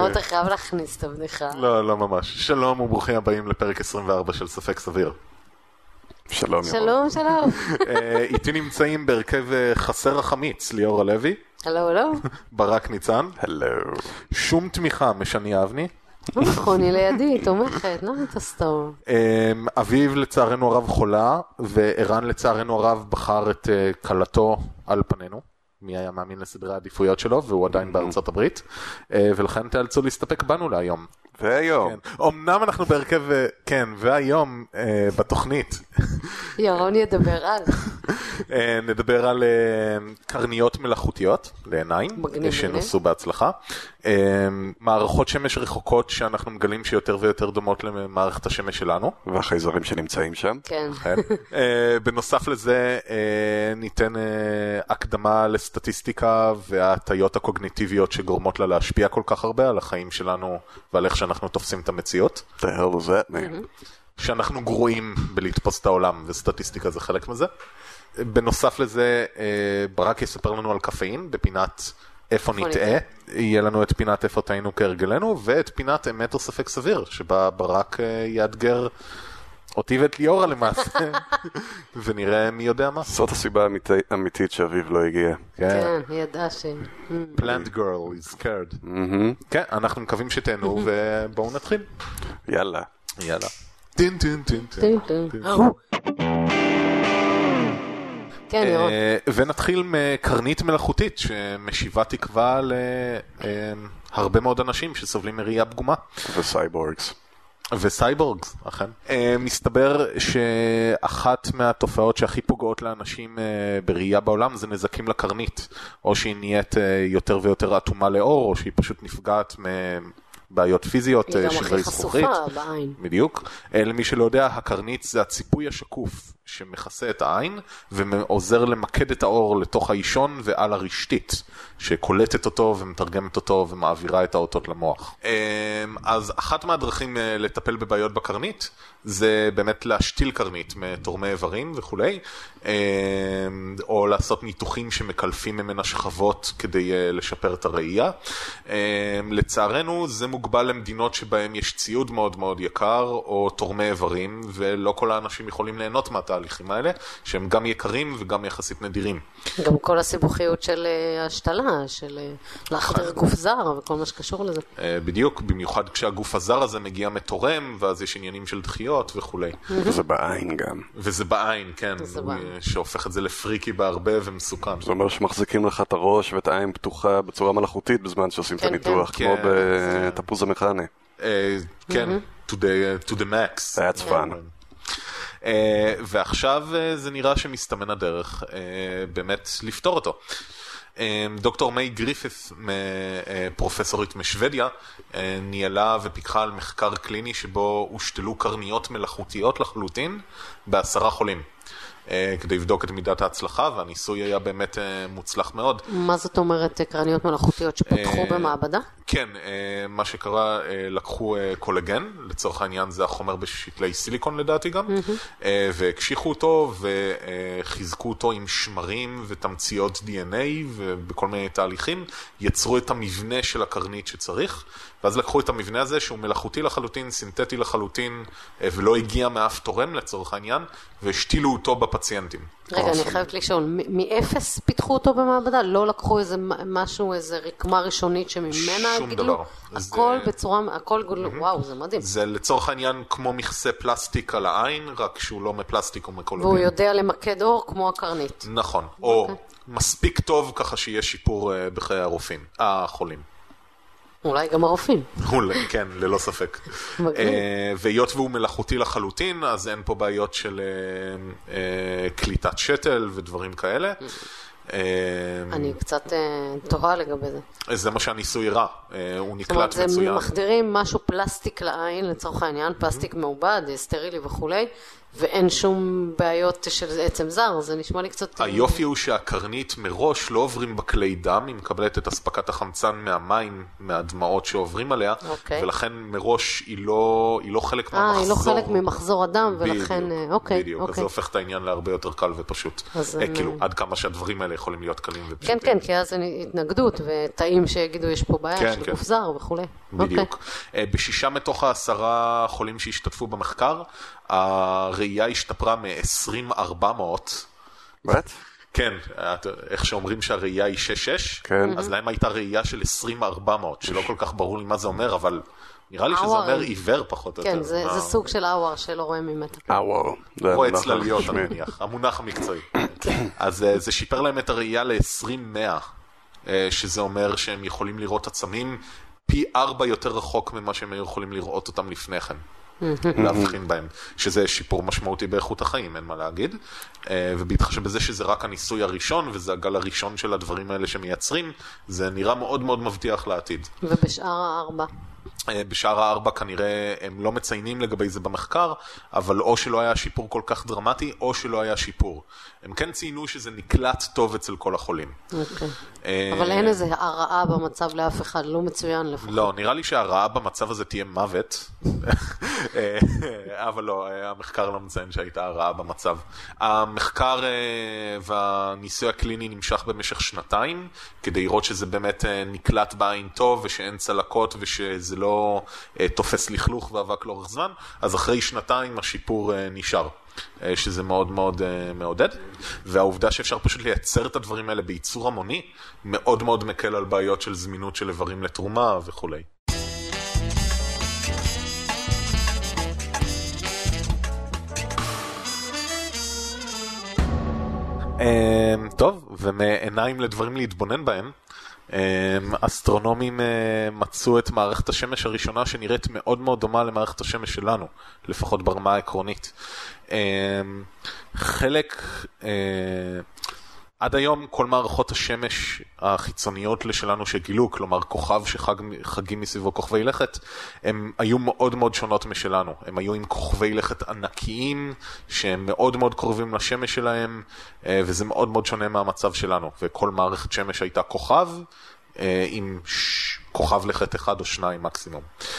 למה אתה חייב להכניס את הבדיחה? לא, לא ממש. שלום וברוכים הבאים לפרק 24 של ספק סביר. שלום. שלום. איתי נמצאים בהרכב חסר החמיץ, ליאור הלוי. הלו. ברק ניצן. הלו. שום תמיכה משני אבני. נכון, היא לידי, תומכת, אתה סתום. אביב לצערנו הרב חולה, וערן לצערנו הרב בחר את קלתו על פנינו. מי היה מאמין לסדרי העדיפויות שלו, והוא עדיין בארצות הברית, ולכן תאלצו להסתפק בנו להיום. והיום. כן. אמנם אנחנו בהרכב, כן, והיום בתוכנית. ירון ידבר על. נדבר על קרניות מלאכותיות לעיניים, שנוסו בהצלחה. מערכות שמש רחוקות שאנחנו מגלים שיותר ויותר דומות למערכת השמש שלנו. והחייזרים שנמצאים שם. כן. בנוסף לזה ניתן הקדמה לסטטיסטיקה וההטיות הקוגניטיביות שגורמות לה להשפיע כל כך הרבה על החיים שלנו ועל איך שאנחנו תופסים את המציאות. The hell is that, man? שאנחנו גרועים בלתפוס את העולם, וסטטיסטיקה זה חלק מזה. בנוסף לזה, ברק יספר לנו על קפאין, בפינת איפה נטעה. יהיה לנו את פינת איפה טעינו כהרגלנו, ואת פינת אמת או ספק סביר, שבה ברק יאתגר אותי ואת ליאורה למעשה, ונראה מי יודע מה. זאת הסיבה האמיתית שאביב לא הגיע. כן, היא ידעה ש... Plant girl is scared. כן, אנחנו מקווים שתהנו, ובואו נתחיל. יאללה. טין. כן, ירון. ונתחיל מקרנית מלאכותית שמשיבה תקווה להרבה מאוד אנשים שסובלים מראייה פגומה. וסייבורגס, אכן. מסתבר שאחת מהתופעות שהכי פוגעות לאנשים בראייה בעולם זה נזקים לקרנית, או שהיא נהיית יותר ויותר אטומה לאור, או שהיא פשוט נפגעת בעיות פיזיות, היא גם הכי חשופה בעין. בדיוק. למי שלא יודע, הקרנית זה הציפוי השקוף שמכסה את העין ועוזר למקד את האור לתוך האישון ועל הרשתית שקולטת אותו ומתרגמת אותו ומעבירה את האותות למוח. אז אחת מהדרכים לטפל בבעיות בקרנית זה באמת להשתיל קרנית מתורמי איברים וכולי, או לעשות ניתוחים שמקלפים ממנה שכבות כדי לשפר את הראייה. לצערנו זה מוגבל למדינות שבהם יש ציוד מאוד מאוד יקר או תורמי איברים, ולא כל האנשים יכולים ליהנות מהתהליכים האלה, שהם גם יקרים וגם יחסית נדירים. גם כל הסיבוכיות של השתלה, של להחדיר גוף זר וכל מה שקשור לזה. בדיוק, במיוחד כשהגוף הזר הזה מגיע מתורם, ואז יש עניינים של דחיות וכולי. וזה בעין גם. וזה בעין, כן, שהופך את זה לפריקי בהרבה ומסוכן. זאת אומרת שמחזיקים לך את הראש ואת העין פתוחה בצורה מלאכותית בזמן שעושים את הניתוח, כמו בתפוז המכני. כן, to the max. That's fun. ועכשיו זה נראה שמסתמן הדרך באמת לפתור אותו. דוקטור מי גריפית, פרופסורית משוודיה, ניהלה ופיקחה על מחקר קליני שבו הושתלו קרניות מלאכותיות לחלוטין ב10 חולים, כדי לבדוק את מידת ההצלחה, והניסוי היה באמת מוצלח מאוד. מה זאת אומרת קרניות מלאכותיות שפותחו במעבדה? כן, מה שקרה, לקחו קולגן, לצורך העניין זה החומר בשתלי סיליקון לדעתי גם, והקשיחו אותו וחיזקו אותו עם שמרים ותמציות DNA ובכל מיני תהליכים, יצרו את המבנה של הקרנית שצריך, ואז לקחו את המבנה הזה שהוא מלאכותי לחלוטין, סינתטי לחלוטין, ולא הגיע מאף תורם לצורך העניין, והשתילו אותו בפציינטים. רגע, אני חייבת לשאול, מאפס פיתחו אותו במעבדה? לא לקחו איזה משהו, איזה רקמה ראשונית שממנה גידלו? הכל בצורה, הכל גודלו, וואו, זה מדהים. זה לצורך העניין כמו מכסה פלסטיק על העין, רק שהוא לא מפלסטיק או מקולגן. והוא יודע למקד אור כמו הקרנית. נכון, או מספיק טוב ככה שיהיה שיפור בחיי הרופאים, החולים. אולי גם הרופאים. כן, ללא ספק. והיות והוא מלאכותי לחלוטין, אז אין פה בעיות של קליטת שתל ודברים כאלה. אני קצת תוהה לגבי זה. זה מה שהניסוי רע, הוא נקלט מצוין. זאת אומרת, מחדירים משהו פלסטיק לעין, לצורך העניין, פלסטיק מעובד, סטרילי וכולי, ואין שום בעיות של עצם זר, זה נשמע לי קצת... היופי הוא שהקרנית מראש לא עוברים בכלי דם, היא מקבלת את הספקת החמצן מהמים, מהדמעות שעוברים עליה, ולכן מראש היא לא חלק מהמחזור. היא לא חלק ממחזור הדם, ולכן... בדיוק, אז זה הופך את העניין להרבה יותר קל ופשוט. כאילו, עד כמה שהדברים האלה יכולים להיות קלים ופשוטים. כן, כי אז התנגדות, ותאים שיגידו יש פה בעיה של גוף זר וכו'. בדיוק. ב6 מתוך 10 חולים שהשתתפו במחקר, הראייה השתפרה מ-20,400. what? כן, איך שאומרים שהראייה היא 6-6, אז להם הייתה ראייה של 20,400, שלא כל כך ברור לי מה זה אומר, אבל נראה לי שזה אומר עיוור פחות או יותר. כן, זה סוג של אאוור שלא רואים ממטה. אאוור. רואה צלליות, אני מניח, המונח המקצועי. אז זה שיפר להם את הראייה ל-20,100, שזה אומר שהם יכולים לראות עצמים פי 4 יותר רחוק ממה שהם יכולים לראות אותם לפני כן. להבחין בהם, שזה שיפור משמעותי באיכות החיים, אין מה להגיד, ובהתחשב בזה שזה רק הניסוי הראשון, וזה הגל הראשון של הדברים האלה שמייצרים, זה נראה מאוד מאוד מבטיח לעתיד. ובשאר הארבע? בשאר הארבע כנראה הם לא מציינים לגבי זה במחקר, אבל או שלא היה שיפור כל כך דרמטי, או שלא היה שיפור. הם כן ציינו שזה נקלט טוב אצל כל החולים. אבל אין איזה הרעה במצב לאף אחד, לא מצוין לפחות. לא, נראה לי שההרעה במצב הזה תהיה מוות, אבל לא, המחקר לא מציין שהייתה הרעה במצב. המחקר והניסוי הקליני נמשך במשך 2 כדי לראות שזה באמת נקלט בעין טוב, ושאין צלקות, ושזה לא תופס לכלוך ואבק לאורך זמן, אז אחרי 2 השיפור נשאר. שזה מאוד מאוד מעודד, והעובדה שאפשר פשוט לייצר את הדברים האלה בייצור המוני, מאוד מאוד מקל על בעיות של זמינות של איברים לתרומה וכו'. טוב, ומעיניים לדברים להתבונן בהם, אסטרונומים מצאו את מערכת השמש הראשונה שנראית מאוד מאוד דומה למערכת השמש שלנו, לפחות ברמה העקרונית. עד היום כל מערכות השמש החיצוניות שלנו שגילו, כלומר כוכב שחגים מסביבו כוכבי לכת, הם היו מאוד מאוד שונות משלנו. הם היו עם כוכבי לכת ענקיים שהם מאוד מאוד קרובים לשמש שלהם, וזה מאוד מאוד שונה מהמצב שלנו. וכל מערכת שמש הייתה כוכב עם כוכב לכת 1 או 2 מקסימום.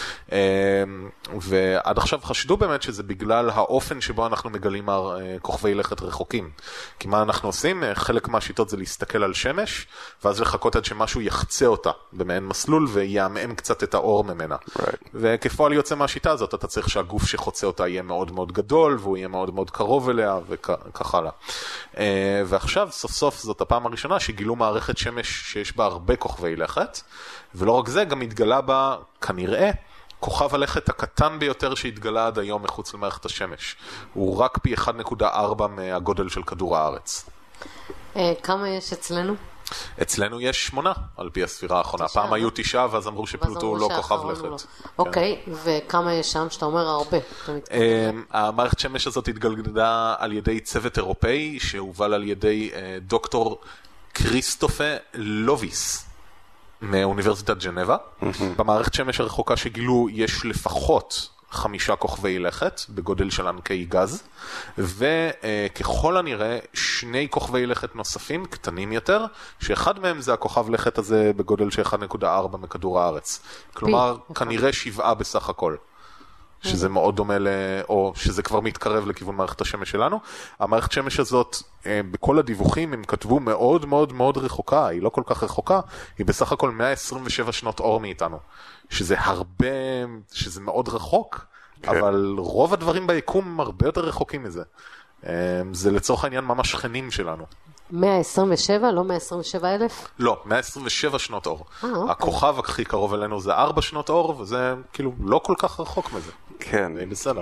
ועד עכשיו חשדו באמת שזה בגלל האופן שבו אנחנו מגלים כוכבי לכת רחוקים. כי מה אנחנו עושים? חלק מהשיטות זה להסתכל על שמש, ואז לחכות עד שמשהו יחצה אותה במעין מסלול ויעמם קצת את האור ממנה. וכפועל יוצא מהשיטה הזאת, אתה צריך שהגוף שחוצה אותה יהיה מאוד מאוד גדול, והוא יהיה מאוד מאוד קרוב אליה, וכך הלאה. ועכשיו, סוף סוף, זאת הפעם הראשונה שגילו מערכת שמש שיש בה הרבה כוכבי לכת, ולא רק זה, גם התגלה בה, כנראה, כוכב הלכת הקטן ביותר שהתגלה עד היום מחוץ למערכת השמש. הוא רק פי 1.4 מהגודל של כדור הארץ. כמה יש אצלנו? אצלנו יש 8, על פי הספירה האחרונה. פעם היו 9, ואז אמרו שפלוטו הוא לא כוכב לכת. אוקיי, וכמה יש שם? שאתה אומר הרבה. המערכת שמש הזאת התגלגלה על ידי צוות אירופאי, שהובל על ידי דוקטור כריסטופה לוביס. מאוניברסיטת ג'נבה. במערכת שמש הרחוקה שגילו יש לפחות 5 כוכבי לכת בגודל של ענקי גז, וככל הנראה 2 כוכבי לכת נוספים קטנים יותר, שאחד מהם זה הכוכב לכת הזה בגודל של 1.4 מכדור הארץ. כלומר, כנראה 7 בסך הכל. שזה מאוד דומה או שזה כבר מתקרב לכיוון מערכת השמש שלנו. המערכת שמש הזאת, בכל הדיווחים הם כתבו מאוד מאוד מאוד רחוקה, היא לא כל כך רחוקה, היא בסך הכל 127 שנות אור מאיתנו, שזה הרבה, שזה מאוד רחוק, אבל רוב הדברים ביקום הרבה יותר רחוקים מזה. זה לצורך העניין ממש שכנים שלנו. 127, לא 127,000? לא, 127 שנות אור. הכוכב הכי קרוב אלינו זה 4 שנות אור, וזה כאילו לא כל כך רחוק מזה. כן. בסדר.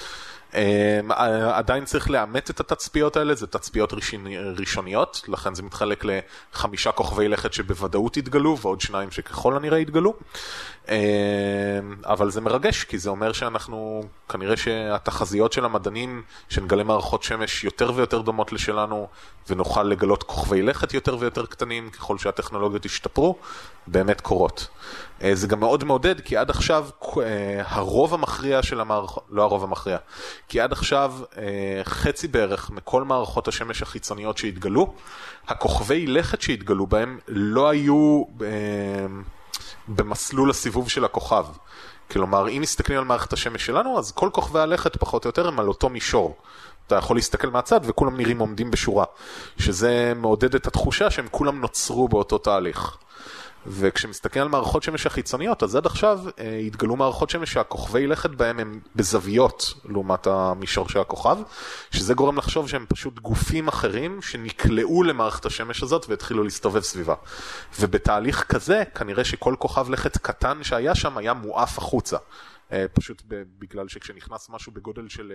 עדיין צריך לאמת את התצפיות האלה, זה תצפיות ראשוניות, לכן זה מתחלק ל5 כוכבי לכת שבוודאות התגלו, ועוד 2 שככל הנראה התגלו. אבל זה מרגש, כי זה אומר שאנחנו, כנראה שהתחזיות של המדענים, שנגלה מערכות שמש יותר ויותר דומות לשלנו, ונוכל לגלות כוכבי לכת יותר ויותר קטנים, ככל שהטכנולוגיות ישתפרו, באמת קורות. זה גם מאוד מעודד, כי עד עכשיו הרוב המכריע של המערכות, לא הרוב המכריע, כי עד עכשיו חצי בערך מכל מערכות השמש החיצוניות שהתגלו, הכוכבי לכת שהתגלו בהם לא היו במסלול הסיבוב של הכוכב. כלומר, אם מסתכלים על מערכת השמש שלנו, אז כל כוכבי הלכת פחות או יותר הם על אותו מישור. אתה יכול להסתכל מהצד וכולם נראים עומדים בשורה, שזה מעודד את התחושה שהם כולם נוצרו באותו תהליך. וכשמסתכלים על מערכות שמש החיצוניות, אז עד עכשיו התגלו מערכות שמש שהכוכבי לכת בהם הם בזוויות לעומת המישור של הכוכב, שזה גורם לחשוב שהם פשוט גופים אחרים שנקלעו למערכת השמש הזאת והתחילו להסתובב סביבה. ובתהליך כזה, כנראה שכל כוכב לכת קטן שהיה שם היה מואף החוצה. פשוט בגלל שכשנכנס משהו בגודל של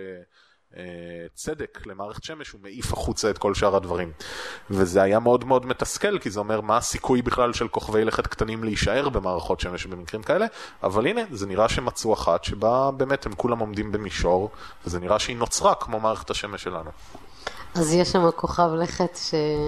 צדק למערכת שמש, הוא מעיף החוצה את כל שאר הדברים. וזה היה מאוד מאוד מתסכל, כי זה אומר מה הסיכוי בכלל של כוכבי לכת קטנים להישאר במערכות שמש במקרים כאלה, אבל הנה, זה נראה שמצאו אחת שבה באמת הם כולם עומדים במישור, וזה נראה שהיא נוצרה כמו מערכת השמש שלנו. אז יש שם כוכב לכת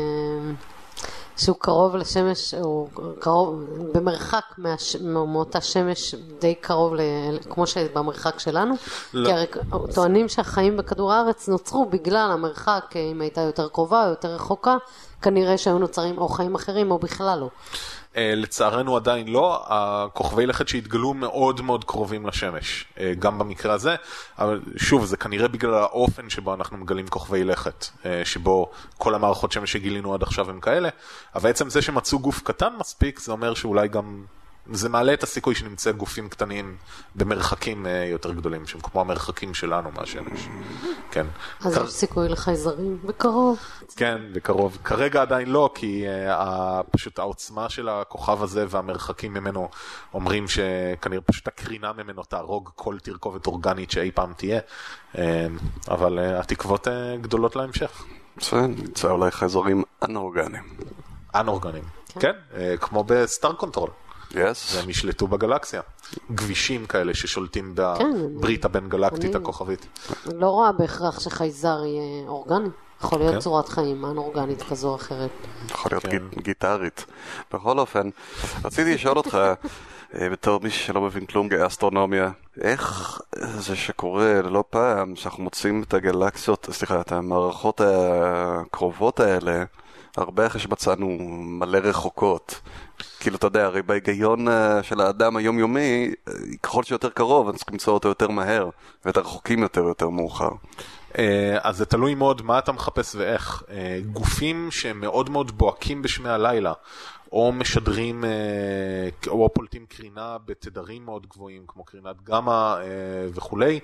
שהוא קרוב לשמש, הוא קרוב, במרחק מאותה שמש די קרוב, כמו שבמרחק שלנו, לא. כי הרי טוענים שהחיים בכדור הארץ נוצרו בגלל המרחק, אם הייתה יותר קרובה או יותר רחוקה, כנראה שהיו נוצרים או חיים אחרים או בכלל לא. לצערנו עדיין לא, הכוכבי לכת שהתגלו מאוד מאוד קרובים לשמש, גם במקרה הזה, אבל שוב, זה כנראה בגלל האופן שבו אנחנו מגלים כוכבי לכת, שבו כל המערכות שמש שגילינו עד עכשיו הם כאלה, אבל בעצם זה שמצאו גוף קטן מספיק, זה אומר שאולי גם, זה מעלה את הסיכוי שנמצא גופים קטנים במרחקים יותר גדולים, שהם כמו המרחקים שלנו מהשמש. כן. אז יש סיכוי לחייזרים בקרוב. כן, בקרוב. כרגע עדיין לא, כי פשוט העוצמה של הכוכב הזה והמרחקים ממנו אומרים שכנראה פשוט הקרינה ממנו תהרוג כל תרכובת אורגנית שאי פעם תהיה, אבל התקוות גדולות להמשך. בסדר, נמצא אולי חייזרים אנאורגניים. אנאורגניים, כן, כמו בסטאר קונטרול. Yes. והם ישלטו בגלקסיה. גבישים כאלה ששולטים בברית הבין גלקטית הכוכבית. לא רואה בהכרח שחייזר יהיה אורגני. יכול להיות צורת חיים אנאורגנית כזו או אחרת. יכול להיות גיטרית. בכל אופן, רציתי לשאול אותך, בתור מי שלא מבין כלום באסטרונומיה, איך זה שקורה לא פעם שאנחנו מוצאים את הגלקסיות, סליחה, את המערכות הקרובות האלה, הרבה אחרי שמצאנו מלא רחוקות. כאילו, אתה יודע, הרי בהיגיון של האדם היומיומי, ככל שיותר קרוב, אני צריך למצוא אותו יותר מהר, ואת הרחוקים יותר מאוחר. אז זה תלוי מאוד מה אתה מחפש ואיך. גופים שהם מאוד מאוד בועקים בשמי הלילה, או משדרים, או פולטים קרינה בתדרים מאוד גבוהים, כמו קרינת גמא וכולי,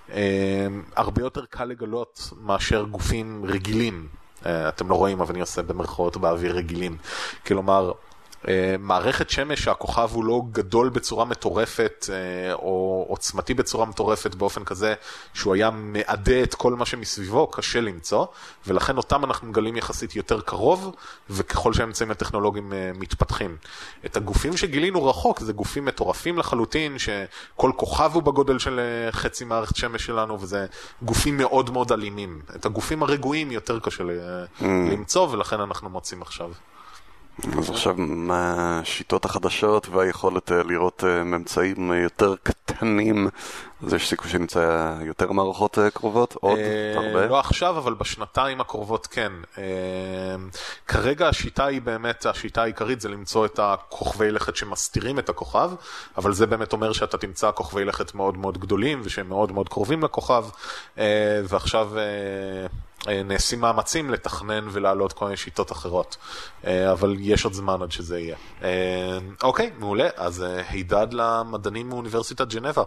הרבה יותר קל לגלות מאשר גופים רגילים. אתם לא רואים, אבל אני עושה במרכאות באוויר רגילים. כלומר, מערכת שמש שהכוכב הוא לא גדול בצורה מטורפת או עוצמתי בצורה מטורפת באופן כזה שהוא היה מעדה את כל מה שמסביבו, קשה למצוא, ולכן אותם אנחנו מגלים יחסית יותר קרוב, וככל שהאמצעים הטכנולוגיים מתפתחים. את הגופים שגילינו רחוק זה גופים מטורפים לחלוטין, שכל כוכב הוא בגודל של חצי מערכת שמש שלנו, וזה גופים מאוד מאוד אלימים. את הגופים הרגועים יותר קשה למצוא, ולכן אנחנו מוצאים עכשיו. אז עכשיו, מה השיטות החדשות והיכולת לראות ממצאים יותר קטנים, אז יש סיכוי שנמצא יותר מערכות קרובות? עוד הרבה? לא עכשיו, אבל בשנתיים הקרובות כן. כרגע השיטה היא באמת, השיטה העיקרית זה למצוא את הכוכבי לכת שמסתירים את הכוכב, אבל זה באמת אומר שאתה תמצא כוכבי לכת מאוד מאוד גדולים ושהם מאוד מאוד קרובים לכוכב, ועכשיו נעשים מאמצים לתכנן ולהעלות כל מיני שיטות אחרות, אבל יש עוד זמן עד שזה יהיה. אוקיי, מעולה, אז הידד למדענים מאוניברסיטת ג'נבה.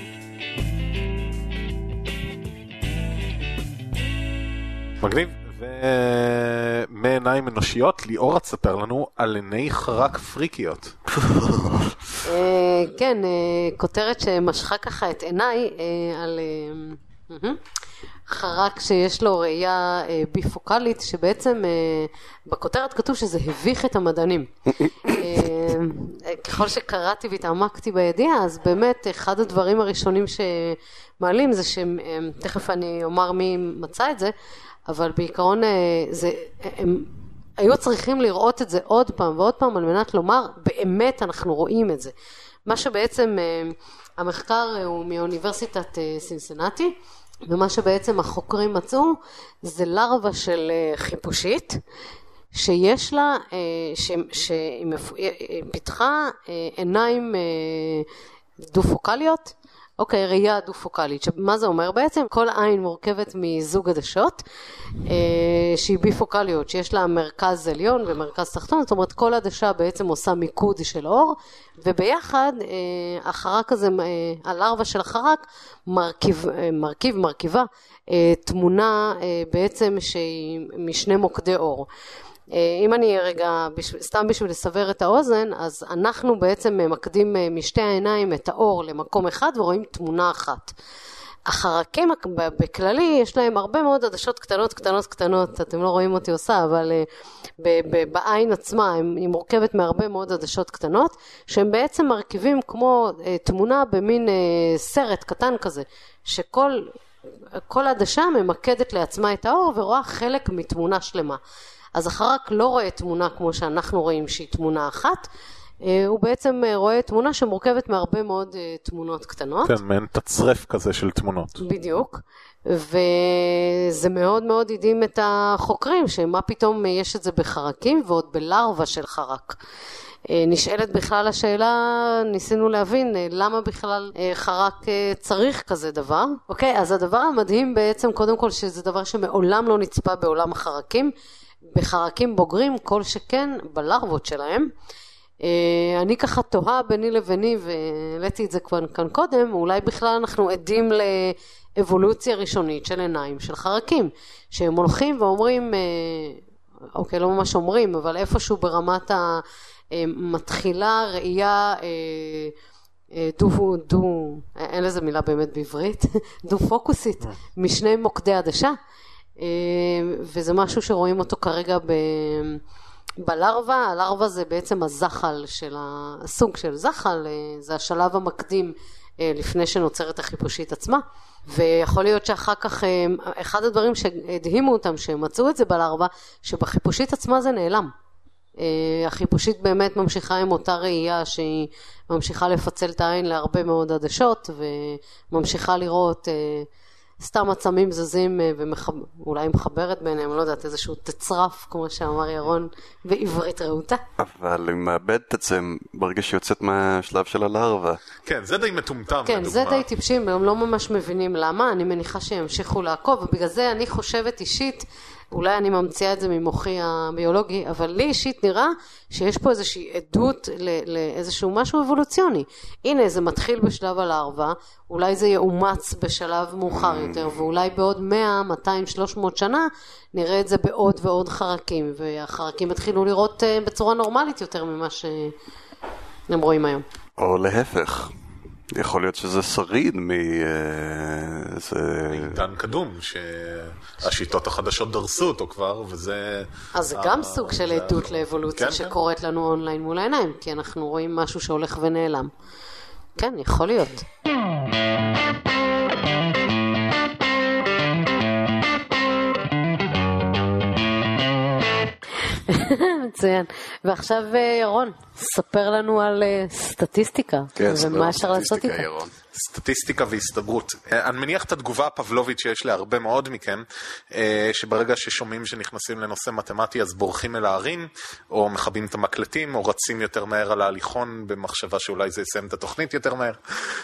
מגניב. ומעיניים אנושיות, ליאורה תספר לנו על עיני חרק פריקיות. כן, כותרת שמשכה ככה את עיניי על חרק שיש לו ראייה ביפוקלית, שבעצם בכותרת כתוב שזה הביך את המדענים. ככל שקראתי והתעמקתי בידיעה, אז באמת אחד הדברים הראשונים שמעלים זה שתכף אני אומר מי מצא את זה, אבל בעיקרון הם היו צריכים לראות את זה עוד פעם ועוד פעם על מנת לומר באמת אנחנו רואים את זה. מה שבעצם המחקר הוא מאוניברסיטת סינסינטי, ומה שבעצם החוקרים מצאו זה לרבה של חיפושית, שיש לה, שהיא פיתחה עיניים דו-פוקליות, אוקיי, ראייה דו-פוקלית. מה זה אומר בעצם? כל עין מורכבת מזוג עדשות, שהיא ביפוקליות, שיש לה מרכז עליון ומרכז תחתון, זאת אומרת כל עדשה בעצם עושה מיקוד של אור, וביחד החרק הזה, הלרבה של החרק, מרכיבה תמונה בעצם שהיא משני מוקדי אור. אם אני רגע, סתם בשביל לסבר את האוזן, אז אנחנו בעצם ממקדים משתי העיניים את האור למקום אחד ורואים תמונה אחת. החרקים בכללי יש להם הרבה מאוד עדשות קטנות, אתם לא רואים אותי עושה, אבל בעין עצמה היא מורכבת מהרבה מאוד עדשות קטנות, שהם בעצם מרכיבים כמו תמונה במין סרט קטן כזה, שכל עדשה ממקדת לעצמה את האור ורואה חלק מתמונה שלמה. אז החרק לא רואה תמונה כמו שאנחנו רואים שהיא תמונה אחת, הוא בעצם רואה תמונה שמורכבת מהרבה מאוד תמונות קטנות. כן, מעין תצרף כזה של תמונות. בדיוק, וזה מאוד מאוד הדהים את החוקרים, שמה פתאום יש את זה בחרקים ועוד בלרבה של חרק. נשאלת בכלל השאלה, ניסינו להבין למה בכלל חרק צריך כזה דבר. אוקיי, אז הדבר המדהים בעצם קודם כל שזה דבר שמעולם לא נצפה בעולם החרקים, בחרקים בוגרים, כל שכן בלרוות שלהם. אני ככה תוהה ביני לביני, והעליתי את זה כאן קודם, אולי בכלל אנחנו עדים לאבולוציה ראשונית של עיניים של חרקים, שהם הולכים ואומרים, אוקיי, לא ממש אומרים, אבל איפשהו ברמת מתחילה ראייה אין לזה מילה באמת בעברית, דו פוקוסית, משני מוקדי עדשה, וזה משהו שרואים אותו כרגע בלרבה. הלרבה זה בעצם הזחל של הסוג של זחל, זה השלב המקדים לפני שנוצרת החיפושית עצמה, ויכול להיות שאחר כך אחד הדברים שהדהימו אותם שהם מצאו את זה בלרבה, שבחיפושית עצמה זה נעלם. החיפושית באמת ממשיכה עם אותה ראייה שהיא ממשיכה לפצל את העין להרבה מאוד עדשות, וממשיכה לראות סתם עצמים זזים, ואולי מחברת ביניהם, לא יודעת, איזשהו תצרף, כמו שאמר ירון, בעברית רהוטה. אבל היא מאבדת את זה ברגע שיוצאת מהשלב של הלרבה. כן, זה די מטומטם. כן, זה די טיפשים, הם לא ממש מבינים למה, אני מניחה שימשיכו לעקוב, ובגלל זה אני חושבת אישית, אולי אני ממציאה את זה ממוחי הביולוגי, אבל לי אישית נראה שיש פה איזושהי עדות לאיזשהו משהו אבולוציוני. הנה, זה מתחיל בשלב הלרבה, אולי זה יאומץ בשלב מאוחר יותר, ואולי בעוד 100, 200, 300 שנה נראה את זה בעוד ועוד חרקים, והחרקים התחילו לראות בצורה נורמלית יותר ממה שהם רואים היום. או להפך. יכול להיות שזה שריד עידן קדום, שהשיטות החדשות דרסו אותו כבר, וזה... אז זה גם סוג של עדות לאבולוציה שקורית לנו אונליין מול העיניים, כי אנחנו רואים משהו שהולך ונעלם. כן, יכול להיות. מצוין. ועכשיו ירון, ספר לנו על סטטיסטיקה. כן, ומה אפשר לעשות איתה. סטטיסטיקה והסתברות. אני מניח את התגובה הפבלובית שיש להרבה מאוד מכם, שברגע ששומעים שנכנסים לנושא מתמטי אז בורחים אל הערים, או מכבים את המקלטים, או רצים יותר מהר על ההליכון במחשבה שאולי זה יסיים את התוכנית יותר מהר.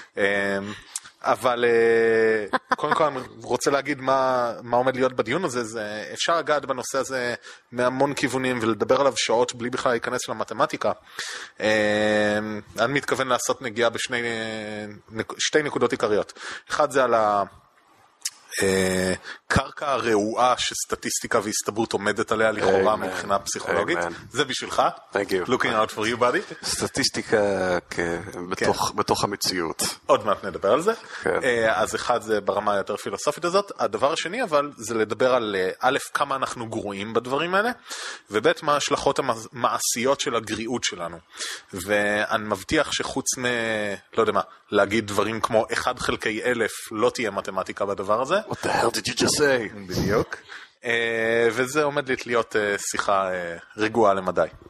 אבל קודם כל אני רוצה להגיד מה עומד להיות בדיון הזה. זה אפשר לגעת בנושא הזה מהמון כיוונים ולדבר עליו שעות בלי בכלל להיכנס למתמטיקה. אני מתכוון לעשות נגיעה בשתי נקודות עיקריות. אחד זה על קרקע הרעועה שסטטיסטיקה והסתברות עומדת עליה לכאורה מבחינה פסיכולוגית. זה בשבילך. Looking out for you buddy. סטטיסטיקה בתוך המציאות. עוד מעט נדבר על זה. אז אחד זה ברמה היותר פילוסופית הזאת. הדבר השני אבל זה לדבר על א', כמה אנחנו גרועים בדברים האלה, וב', מה ההשלכות המעשיות של הגריעות שלנו. ואני מבטיח שחוץ לא יודע מה, להגיד דברים כמו 1 חלקי 1000 לא תהיה מתמטיקה בדבר הזה. What the hell did you just say? בדיוק. וזה עומד להיות שיחה רגועה למדי.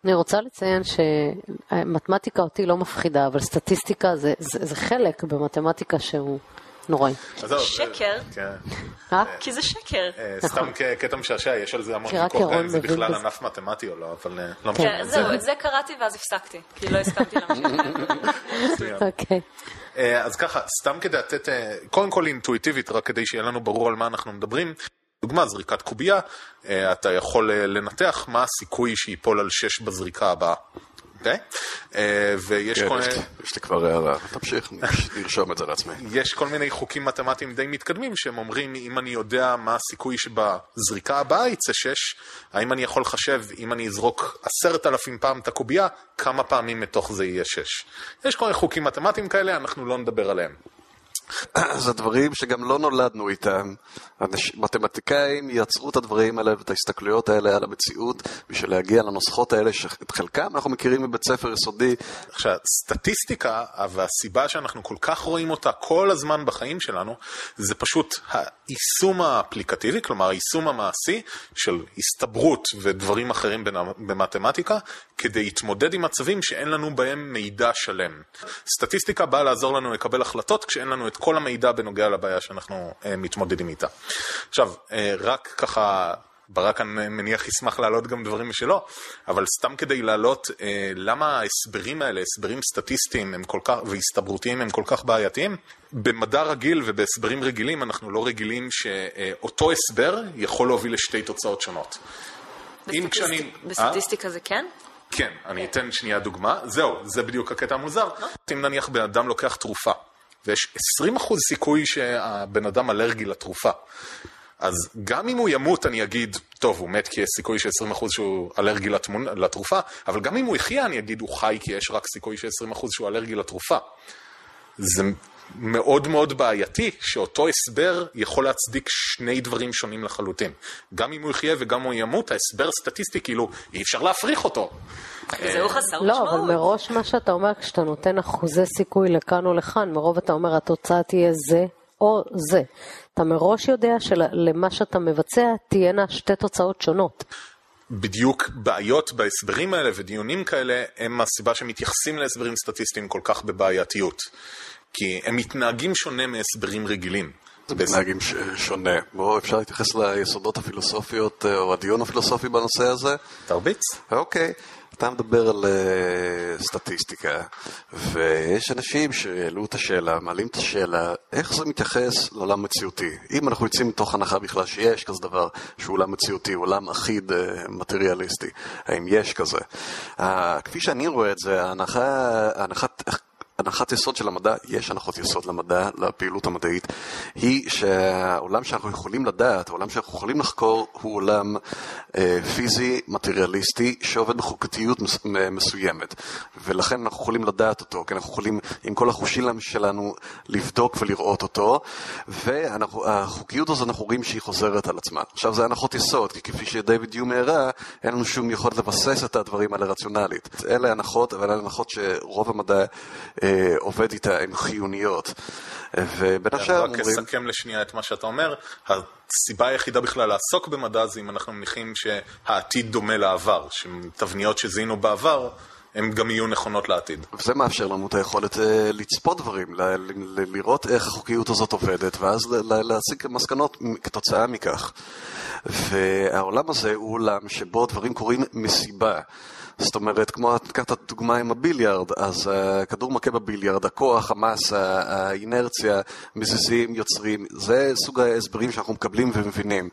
אני רוצה לציין שמתמטיקה אותי לא מפחידה, אבל סטטיסטיקה זה חלק במתמטיקה שהוא נוראי. שקר? כי זה שקר. סתם כקטע משעשע, יש על זה המון ויכוח, אם זה בכלל ענף מתמטי או לא, אבל לא משנה. זהו, את זה קראתי ואז הפסקתי, כי לא הסכמתי להמשיך. אוקיי. אז ככה, סתם כדי לתת, קודם כל אינטואיטיבית, רק כדי שיהיה לנו ברור על מה אנחנו מדברים. דוגמה, זריקת קובייה, אתה יכול לנתח מה הסיכוי שיפול על 6 בזריקה הבאה. אוקיי? ויש כל מיני... יש לי כבר הערה, תמשיך, נרשום את זה לעצמי. יש כל מיני חוקים מתמטיים די מתקדמים, שהם אומרים, אם אני יודע מה הסיכוי שבזריקה הבאה יצא 6, האם אני יכול לחשב, אם אני אזרוק 10,000 פעם את הקובייה, כמה פעמים מתוך זה יהיה 6. יש כל מיני חוקים מתמטיים כאלה, אנחנו לא נדבר עליהם. זה דברים שגם לא נולדנו איתם. מתמטיקאים יצרו את הדברים האלה ואת ההסתכלויות האלה על המציאות בשביל להגיע לנוסחות האלה שאת חלקם אנחנו מכירים מבית ספר יסודי. עכשיו, סטטיסטיקה, והסיבה שאנחנו כל כך רואים אותה כל הזמן בחיים שלנו, זה פשוט היישום האפליקטיבי, כלומר היישום המעשי של הסתברות ודברים אחרים במתמטיקה, כדי להתמודד עם מצבים שאין לנו בהם מידע שלם. סטטיסטיקה באה לעזור לנו לקבל החלטות כשאין לנו את כל המידע בנוגע לבעיה שאנחנו מתמודדים איתה. עכשיו, רק ככה, ברק אני מניח ישמח להעלות גם דברים משלו, אבל סתם כדי להעלות למה ההסברים האלה, הסברים סטטיסטיים הם כל כך, והסתברותיים הם כל כך בעייתיים, במדע רגיל ובהסברים רגילים אנחנו לא רגילים שאותו הסבר יכול להוביל לשתי תוצאות שונות. בסטטיסטיקה זה כן? כן, אני אתן שנייה דוגמה. זהו, זה בדיוק הקטע המוזר. אם נניח בן אדם לוקח תרופה, ויש 20% סיכוי שהבן אדם אלרגי לתרופה. אז גם אם הוא ימות אני אגיד, טוב, הוא מת כי יש סיכוי ש20% שהוא אלרגי לתרופה, אבל גם אם הוא יחיה אני אגיד, הוא חי כי יש רק סיכוי ש20% שהוא אלרגי לתרופה. זה מאוד מאוד בעייתי שאותו הסבר יכול להצדיק שני דברים שונים לחלוטין. גם אם הוא יחיה וגם הוא ימות, ההסבר סטטיסטי כאילו אי אפשר להפריך אותו. זהו חסר משמעות. לא, אבל מראש מה שאתה אומר, כשאתה נותן אחוזי סיכוי לכאן או לכאן, מרוב אתה אומר התוצאה תהיה זה או זה. אתה מראש יודע שלמה שאתה מבצע תהיינה שתי תוצאות שונות. בדיוק בעיות בהסברים האלה ודיונים כאלה הם הסיבה שמתייחסים להסברים סטטיסטיים כל כך בבעייתיות. כי הם מתנהגים שונה מהסברים רגילים. זה מתנהגים שונה. בואו אפשר להתייחס ליסודות הפילוסופיות או הדיון הפילוסופי בנושא הזה? תרביץ. אוקיי. אתה מדבר על סטטיסטיקה, ויש אנשים שהעלו את השאלה, מעלים את השאלה, איך זה מתייחס לעולם מציאותי? אם אנחנו יוצאים מתוך הנחה בכלל שיש כזה דבר שהוא עולם מציאותי, עולם אחיד מטריאליסטי, האם יש כזה? כפי שאני רואה את זה, הנחת יסוד של המדע, יש הנחות יסוד למדע, לפעילות המדעית, היא שהעולם שאנחנו יכולים לדעת, העולם שאנחנו יכולים לחקור, הוא עולם פיזי, מטריאליסטי, שעובד בחוקתיות מסוימת. ולכן אנחנו יכולים לדעת אותו, כי אנחנו יכולים עם כל החושים שלנו לבדוק ולראות אותו, והחוקיות הזו אנחנו רואים שהיא חוזרת על עצמה. עכשיו זה הנחות יסוד, כי כפי שדייוויד יום הראה, אין לנו שום יכולת לבסס את הדברים האלה רציונלית. אלה הנחות, אבל אלה הנחות שרוב המדע עובד איתה, הן חיוניות. ובין השאר רק אסכם לשנייה את מה שאתה אומר, הסיבה היחידה בכלל לעסוק במדע זה אם אנחנו מניחים שהעתיד דומה לעבר, שתבניות שזינו בעבר הן גם יהיו נכונות לעתיד. וזה מאפשר לנו את היכולת לצפות דברים, לראות איך החוקיות הזאת עובדת, ואז להסיק מסקנות כתוצאה מכך. והעולם הזה הוא עולם שבו דברים קורים מסיבה. זאת אומרת, כמו תקחת את הדוגמה עם הביליארד, אז הכדור מכה בביליארד, הכוח, המסה, האינרציה, מזיזים, יוצרים, זה סוג ההסברים שאנחנו מקבלים ומבינים.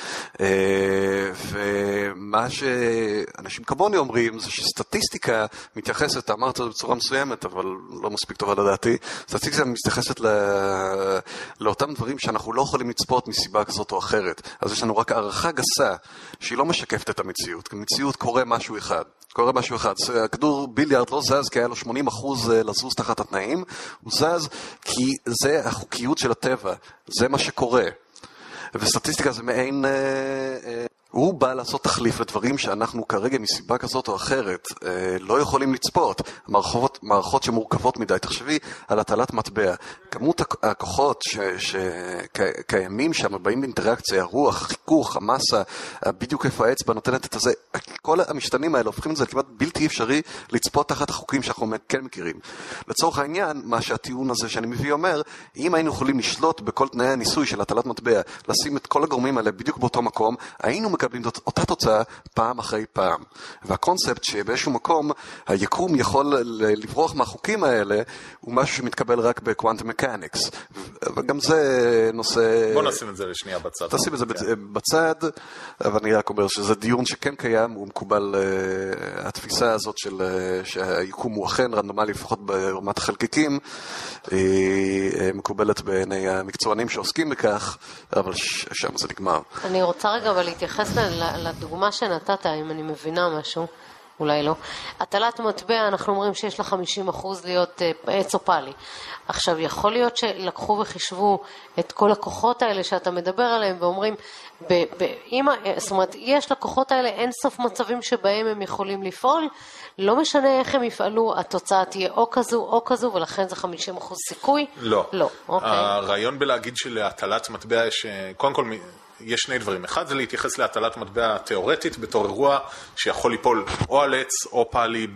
ומה שאנשים כמוני אומרים זה שסטטיסטיקה מתייחסת, אמרת בצורה מסוימת, אבל לא מספיק טובה לדעתי, סטטיסטיקה מתייחסת לאותם דברים שאנחנו לא יכולים לצפות מסיבה כזאת או אחרת. אז יש לנו רק הערכה גסה שהיא לא משקפת את המציאות, כי המציאות קורה משהו אחד. הכדור ביליארד לא זז כי היה לו 80% לזוז תחת התנאים, הוא זז כי זה החוקיות של הטבע, זה מה שקורה. וסטטיסטיקה זה מעין הוא בא לעשות תחליף לדברים שאנחנו כרגע מסיבה כזאת או אחרת לא יכולים לצפות. מערכות שמורכבות מדי. תחשבי על הטלת מטבע. כמות הכוחות שקיימים שם, באים באינטראקציה, הרוח, החיכוך, המסה, בדיוק איפה האצבע נותנת את הזה. כל המשתנים האלה הופכים את זה כמעט בלתי אפשרי לצפות תחת החוקים שאנחנו כן מכירים. לצורך העניין, מה שהטיעון הזה שאני מביא אומר, אם היינו יכולים לשלוט בכל תנאי הניסוי של הטלת מטבע, לשים את כל הגורמים האלה בדיוק באותו מקום, היינו מקבלים אותה תוצאה פעם אחרי פעם. והקונספט שבאיזשהו מקום היקום יכול לברוח מהחוקים האלה, הוא משהו שמתקבל רק בקוואנטום מקניקס. וגם זה נושא... בוא נשים את זה לשנייה בצד. תשים את זה בצד, אבל אני רק אומר שזה דיון שכן קיים, הוא מקובל, התפיסה הזאת של שהיקום הוא אכן רנדומלי, לפחות ברמת החלקיקים, מקובלת בעיני המקצוענים שעוסקים בכך, אבל שם זה נגמר. אני רוצה רגע אבל להתייחס לדוגמה שנתת, אם אני מבינה משהו, אולי לא. הטלת מטבע, אנחנו אומרים שיש לה 50% להיות עץ או פאלי. עכשיו, יכול להיות שלקחו וחישבו את כל הכוחות האלה שאתה מדבר עליהם, ואומרים, זאת אומרת, יש לכוחות האלה אין סוף מצבים שבהם הם יכולים לפעול, לא משנה איך הם יפעלו, התוצאה תהיה או כזו או כזו, ולכן זה 50% סיכוי? לא. לא, אוקיי. הרעיון בלהגיד שלהטלת מטבע יש, קודם כל, יש שני דברים. אחד זה להתייחס להטלת מטבע תיאורטית בתור אירוע שיכול ליפול או על עץ או פאלי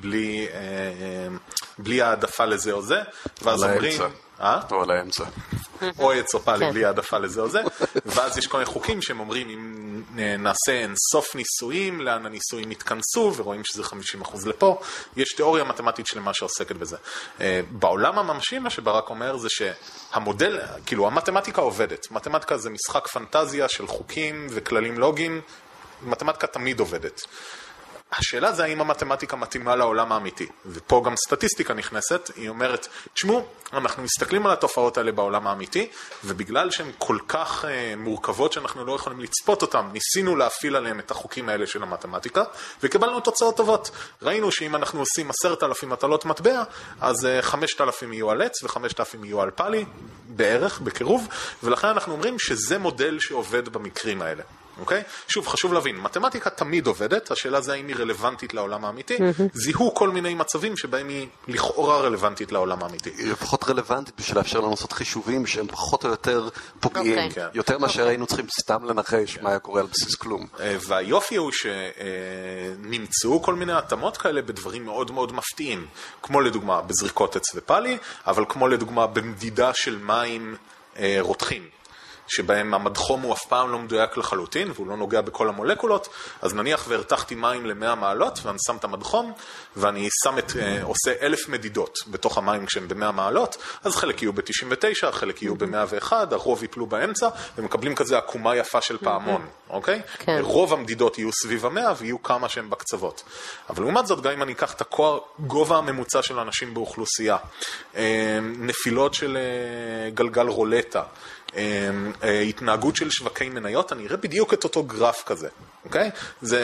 בלי העדפה לזה או זה. ואז אומרים... או על האמצע. או עץ או פאלי בלי העדפה לזה או זה. ואז יש כל מיני חוקים שהם אומרים אם נעשה אין סוף ניסויים, לאן הניסויים יתכנסו, ורואים שזה 50% לפה. יש תיאוריה מתמטית שלמה שעוסקת בזה. בעולם הממשי, מה שברק אומר זה שהמודל, כאילו המתמטיקה עובדת. מתמטיקה זה משחק פנטזיה של חוקים וכללים לוגיים. מתמטיקה תמיד עובדת. השאלה זה האם המתמטיקה מתאימה לעולם האמיתי, ופה גם סטטיסטיקה נכנסת, היא אומרת, תשמעו, אנחנו מסתכלים על התופעות האלה בעולם האמיתי, ובגלל שהן כל כך מורכבות שאנחנו לא יכולים לצפות אותן, ניסינו להפעיל עליהם את החוקים האלה של המתמטיקה, וקיבלנו תוצאות טובות. ראינו שאם אנחנו עושים 10,000 מטלות מטבע, אז 5,000 יהיו על עץ ו5,000 יהיו על פאלי, בערך, בקירוב, ולכן אנחנו אומרים שזה מודל שעובד במקרים האלה. אוקיי? שוב, חשוב להבין, מתמטיקה תמיד עובדת, השאלה זה האם היא רלוונטית לעולם האמיתי, זיהו כל מיני מצבים שבהם היא לכאורה רלוונטית לעולם האמיתי. היא לפחות רלוונטית בשביל לאפשר לנו לעשות חישובים שהם פחות או יותר פוגעים, יותר מאשר היינו צריכים סתם לנחש מה היה קורה על בסיס כלום. והיופי הוא שנמצאו כל מיני התאמות כאלה בדברים מאוד מאוד מפתיעים, כמו לדוגמה בזריקות עץ ופאלי, אבל כמו לדוגמה במדידה של מים רותחים. שבהם המדחום הוא אף פעם לא מדויק לחלוטין, והוא לא נוגע בכל המולקולות, אז נניח והרתחתי מים ל100 מעלות, ואני שם את המדחום, ואני עושה 1,000 מדידות בתוך המים כשהם ב100 מעלות, אז חלק יהיו ב99, חלק יהיו ב101, הרוב יפלו באמצע, ומקבלים כזה עקומה יפה של פעמון, אוקיי? כן. רוב המדידות יהיו סביב 100, ויהיו כמה שהם בקצוות. אבל לעומת זאת, גם אם אני אקח את הגובה הממוצע של אנשים באוכלוסייה, נפילות של גלגל רולטה, התנהגות של שווקי מניות, אני אראה בדיוק את אותו גרף כזה, אוקיי? זה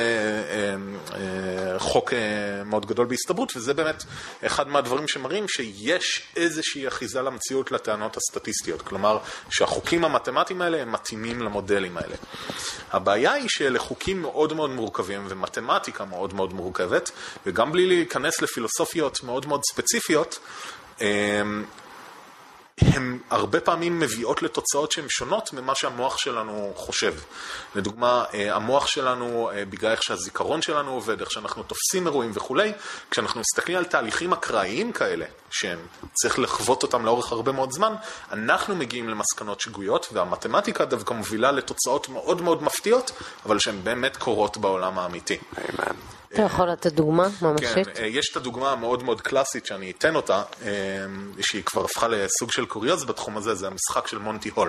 חוק מאוד גדול בהסתברות, וזה באמת אחד מהדברים שמראים שיש איזושהי אחיזה למציאות לטענות הסטטיסטיות, כלומר שהחוקים המתמטיים האלה הם מתאימים למודלים האלה. הבעיה היא שלחוקים מאוד מאוד מורכבים ומתמטיקה מאוד מאוד מורכבת, וגם בלי להיכנס לפילוסופיות מאוד מאוד ספציפיות, הן הרבה פעמים מביאות לתוצאות שהן שונות ממה שהמוח שלנו חושב. לדוגמה, המוח שלנו, בגלל איך שהזיכרון שלנו עובד, איך שאנחנו תופסים אירועים וכו', כשאנחנו מסתכלים על תהליכים אקראיים כאלה, שהם צריך לחוות אותם לאורך הרבה מאוד זמן, אנחנו מגיעים למסקנות שגויות, והמתמטיקה דווקא מובילה לתוצאות מאוד מאוד מפתיעות, אבל שהן באמת קורות בעולם האמיתי. אמן. אתה יכול לתת דוגמה ממשית? כן, יש את הדוגמה המאוד מאוד קלאסית שאני אתן אותה, שהיא כבר הפכה לסוג של קוריוז בתחום הזה, זה המשחק של מונטי הול.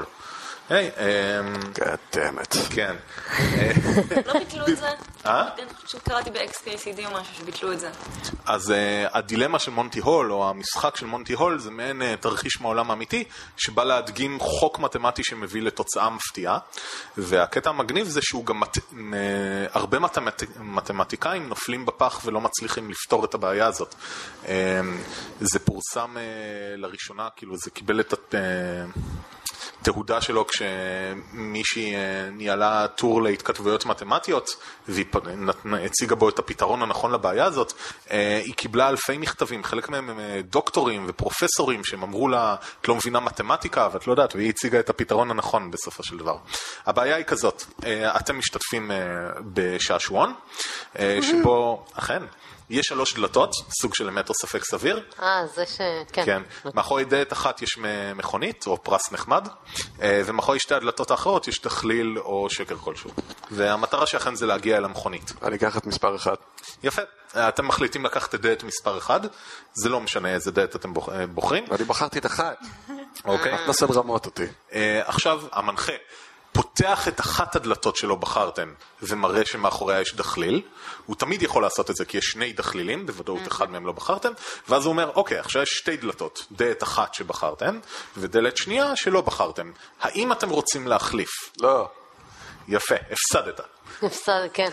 God damn it. כן. לא ביטלו את זה? פשוט קראתי ב-XKCD או משהו שביטלו את זה. אז הדילמה של מונטי הול, או המשחק של מונטי הול, זה מעין תרחיש מהעולם האמיתי, שבא להדגים חוק מתמטי שמביא לתוצאה מפתיעה, והקטע המגניב זה שהוא גם הרבה מתמטיקאים נופלים בפח ולא מצליחים לפתור את הבעיה הזאת. זה פורסם לראשונה, כאילו זה קיבל את תהודה שלו כשמישהי ניהלה טור להתכתבויות מתמטיות, והיא הציגה בו את הפתרון הנכון לבעיה הזאת, היא קיבלה אלפי מכתבים, חלק מהם הם דוקטורים ופרופסורים שהם אמרו לה, את לא מבינה מתמטיקה, ואת לא יודעת, והיא הציגה את הפתרון הנכון בסופו של דבר. הבעיה היא כזאת, אתם משתתפים בשעשועון, שבו, אכן, יש 3 דלתות, סוג של אמת או ספק סביר. זה כן. כן. מאחורי דלת אחת יש מכונית או פרס נחמד, ומאחורי 2 הדלתות האחרות יש תכליל או שקר כלשהו. והמטרה שאכן זה להגיע אל המכונית. אני אקח את מספר 1. יפה. אתם מחליטים לקחת את דלת מספר 1, זה לא משנה איזה דלת אתם בוחרים. אני בחרתי את 1. אוקיי. רק נסה לרמות אותי. עכשיו, המנחה פותח את אחת הדלתות שלא בחרתם ומראה שמאחוריה יש דחליל. הוא תמיד יכול לעשות את זה כי יש 2 דחלילים, בוודאות אחד מהם לא בחרתם, ואז הוא אומר, אוקיי, עכשיו יש 2 דלתות, דלת אחת שבחרתם ודלת שנייה שלא בחרתם. האם אתם רוצים להחליף? לא. יפה, הפסדת. כן.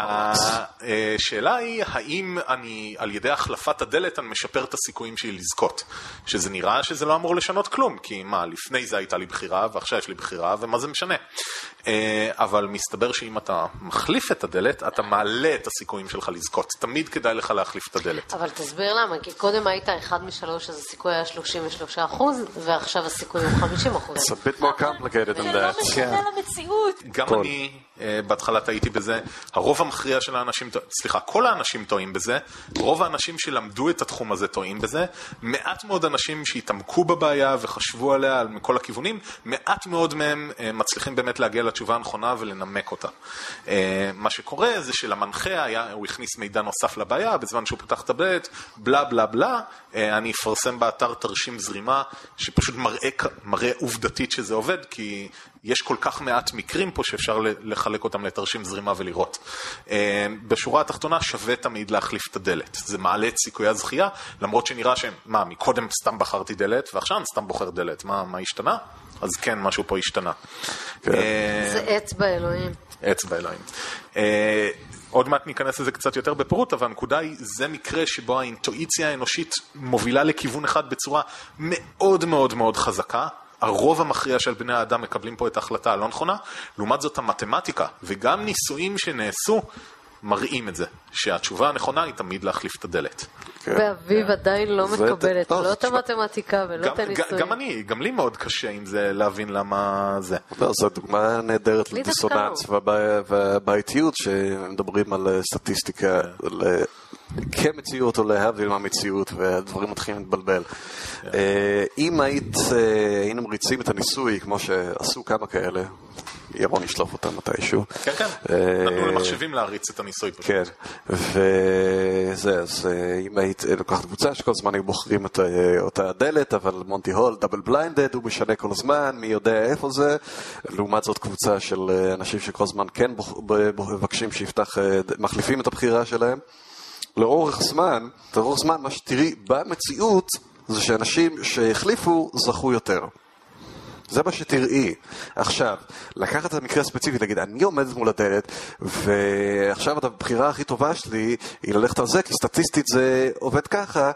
השאלה היא, האם אני, על ידי החלפת הדלת, אני משפר את הסיכויים שלי לזכות? שזה נראה שזה לא אמור לשנות כלום, כי מה, לפני זה הייתה לי בחירה, ועכשיו יש לי בחירה, ומה זה משנה? אבל מסתבר שאם אתה מחליף את הדלת, אתה מעלה את הסיכויים שלך לזכות. תמיד כדאי לך להחליף את הדלת. אבל תסביר למה, כי קודם היית 1 מ-3, אז הסיכוי היה 33%, ועכשיו הסיכוי הוא 50%. It's a bit more complicated than זה לא that. משנה למציאות. גם אני, בהתחלה טעיתי בזה, הרוב המכריע של האנשים, סליחה, כל האנשים טועים בזה, רוב האנשים שלמדו את התחום הזה טועים בזה, מעט מאוד אנשים שהתעמקו בבעיה וחשבו עליה מכל הכיוונים, מעט מאוד מהם מצליחים באמת להגיע לתשובה הנכונה ולנמק אותה. מה שקורה זה שלמנחה הוא הכניס מידע נוסף לבעיה, בזמן שהוא פתח את הדלת, בלה בלה בלה, אני אפרסם באתר תרשים זרימה, שפשוט מראה עובדתית שזה עובד, כי יש כל כך מעט מקרים פה שאפשר לחלק אותם לתרשים זרימה ולראות. בשורה התחתונה שווה תמיד להחליף את הדלת. זה מעלה את סיכויי הזכייה, למרות שנראה שמה, מקודם סתם בחרתי דלת, ועכשיו אני סתם בוחר דלת. מה השתנה? אז כן, משהו פה השתנה. זה אצבע אלוהים. אצבע אלוהים. עוד מעט ניכנס לזה קצת יותר בפירוט, אבל הנקודה היא, זה מקרה שבו האינטואיציה האנושית מובילה לכיוון אחד בצורה מאוד מאוד מאוד חזקה. הרוב המכריע של בני האדם מקבלים פה את ההחלטה הלא נכונה, לעומת זאת המתמטיקה, וגם ניסויים שנעשו מראים את זה, שהתשובה הנכונה היא תמיד להחליף את הדלת. ואביב עדיין לא מקבלת, לא את המתמטיקה ולא את הניסויים. גם לי מאוד קשה עם זה להבין למה זה. זו דוגמה נהדרת לדיסוננס והבעייתיות שמדברים על סטטיסטיקה כמציאות או להבדיל מהמציאות והדברים מתחילים להתבלבל. אם היינו מריצים את הניסוי כמו שעשו כמה כאלה, ירון ישלוף אותם מתישהו. כן, כן. נתנו למחשבים להריץ את הניסוי. כן. וזה, אז אם היית לוקחת קבוצה שכל זמן היו בוחרים את אותה הדלת, אבל מונטי הול, דאבל בליינדד, הוא משנה כל הזמן, מי יודע איפה זה. לעומת זאת קבוצה של אנשים שכל הזמן כן מבקשים שיפתח, מחליפים את הבחירה שלהם. לאורך זמן, מה שתראי במציאות, זה שאנשים שהחליפו זכו יותר. זה מה שתראי. עכשיו, לקחת את המקרה הספציפי, להגיד, אני עומדת מול הדלת, ועכשיו הבחירה הכי טובה שלי היא ללכת על זה, כי סטטיסטית זה עובד ככה.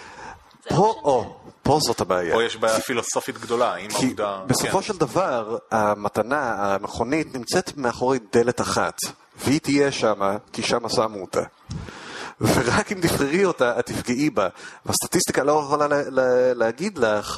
פה זאת הבעיה. פה יש בעיה פילוסופית גדולה. כי בסופו של דבר, המתנה, המכונית, נמצאת מאחורי דלת אחת, והיא תהיה שמה, כי שמה שמו אותה. ורק אם תבחרי אותה, את תפגעי בה. והסטטיסטיקה לא יכולה להגיד לך...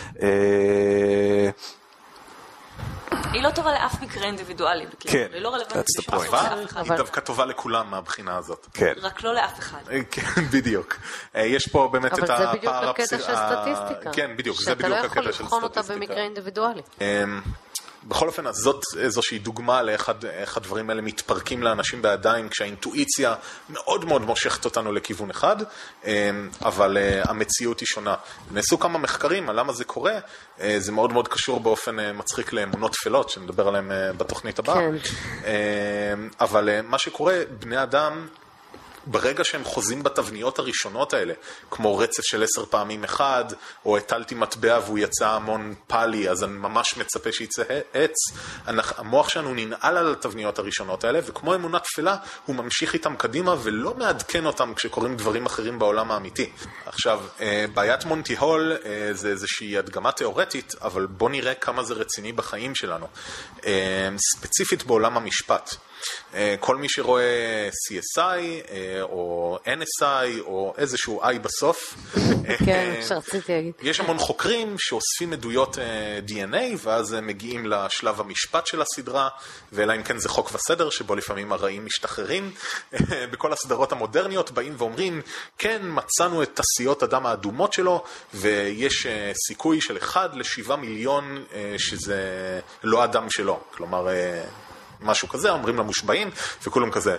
היא לא טובה לאף מקרה אינדיבידואלי. כן, היא לא רלוונטית. היא דווקא טובה לכולם מהבחינה הזאת. רק לא לאף אחד. כן, בדיוק. יש פה באמת את הפער... אבל זה בדיוק הקטע של סטטיסטיקה. כן, בדיוק, זה בדיוק הקטע של סטטיסטיקה. שאתה לא יכול לבחון אותה במקרה אינדיבידואלי. בכל אופן, אז זאת איזושהי דוגמה לאיך הדברים האלה מתפרקים לאנשים בידיים, כשהאינטואיציה מאוד מאוד מושכת אותנו לכיוון אחד, אבל המציאות היא שונה. נעשו כמה מחקרים על למה זה קורה, זה מאוד מאוד קשור באופן מצחיק לאמונות תפלות, שנדבר עליהם בתוכנית הבאה. כן. אבל מה שקורה, בני אדם, ברגע שהם חוזים בתבניות הראשונות האלה, כמו רצף של 10 פעמים 1, או הטלתי מטבע והוא יצא המון פלי, אז אני ממש מצפה שיצא עץ, המוח שלנו ננעל על התבניות הראשונות האלה, וכמו אמונה תפלה, הוא ממשיך איתם קדימה ולא מעדכן אותם כשקוראים דברים אחרים בעולם האמיתי. עכשיו, בעיית מונטי הול זה איזושהי הדגמה תיאורטית, אבל בוא נראה כמה זה רציני בחיים שלנו. ספציפית בעולם המשפט. כל מי שרואה CSI או NSI או איזשהו I בסוף, כן, שרציתי להגיד. יש המון חוקרים שאוספים עדויות DNA ואז מגיעים לשלב המשפט של הסדרה, ואלא אם כן זה חוק וסדר שבו לפעמים הרעים משתחררים. בכל הסדרות המודרניות באים ואומרים, כן, מצאנו את תעשיות הדם האדומות שלו, ויש סיכוי של 1 ל7 מיליון שזה לא הדם שלו. כלומר, משהו כזה, אומרים למושבעים, וכולם כזה,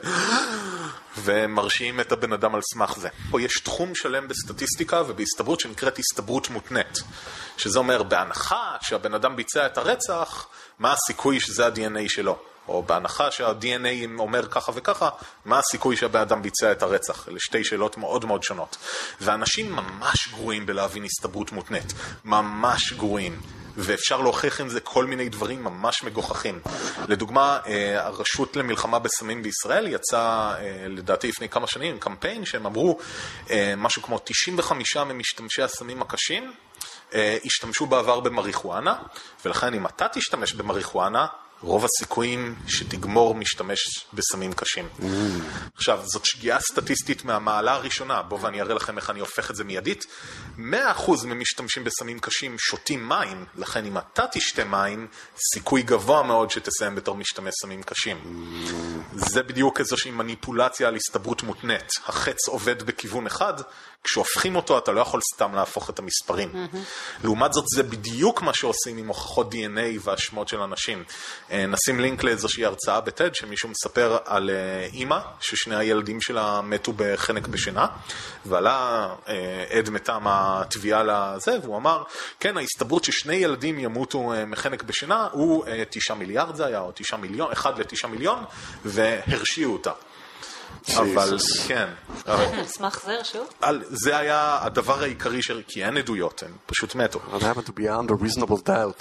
ומרשיעים את הבן אדם על סמך זה. פה יש תחום שלם בסטטיסטיקה ובהסתברות שנקראת הסתברות מותנית, שזה אומר בהנחה שהבן אדם ביצע את הרצח, מה הסיכוי שזה ה-DNA שלו? או בהנחה שה-DNA אומר ככה וככה, מה הסיכוי שהבן אדם ביצע את הרצח? אלה שתי שאלות מאוד מאוד שונות. ואנשים ממש גרועים בלהבין הסתברות מותנית. ממש גרועים. ואפשר להוכיח עם זה כל מיני דברים ממש מגוחכים. לדוגמה, הרשות למלחמה בסמים בישראל יצא, לדעתי לפני כמה שנים, קמפיין שהם אמרו משהו כמו 95 ממשתמשי הסמים הקשים השתמשו בעבר במריחואנה, ולכן אם אתה תשתמש במריחואנה, רוב הסיכויים שתגמור משתמש בסמים קשים. עכשיו, זאת שגיאה סטטיסטית מהמעלה הראשונה, בוא ואני אראה לכם איך אני הופך את זה מיידית. 100% ממשתמשים בסמים קשים שותים מים, לכן אם אתה תשתה מים, סיכוי גבוה מאוד שתסיים בתור משתמש סמים קשים. זה בדיוק איזושהי מניפולציה על הסתברות מותנית. החץ עובד בכיוון אחד, כשהופכים אותו אתה לא יכול סתם להפוך את המספרים. לעומת זאת זה בדיוק מה שעושים עם הוכחות DNA והשמות של אנשים. נשים לינק לאיזושהי הרצאה בטד שמישהו מספר על אמא ששני הילדים שלה מתו בחנק בשינה, ועלה עד מטעם התביעה לזה, והוא אמר, כן, ההסתברות ששני ילדים ימותו מחנק בשינה הוא 9 מיליארד זה היה, או 9 מיליון, 1 ל-9 מיליון, והרשיעו אותה. אבל כן. נשמח זה רשות? זה היה הדבר העיקרי כי אין עדויות, הם פשוט מתו. What happened to beyond a reasonable doubt?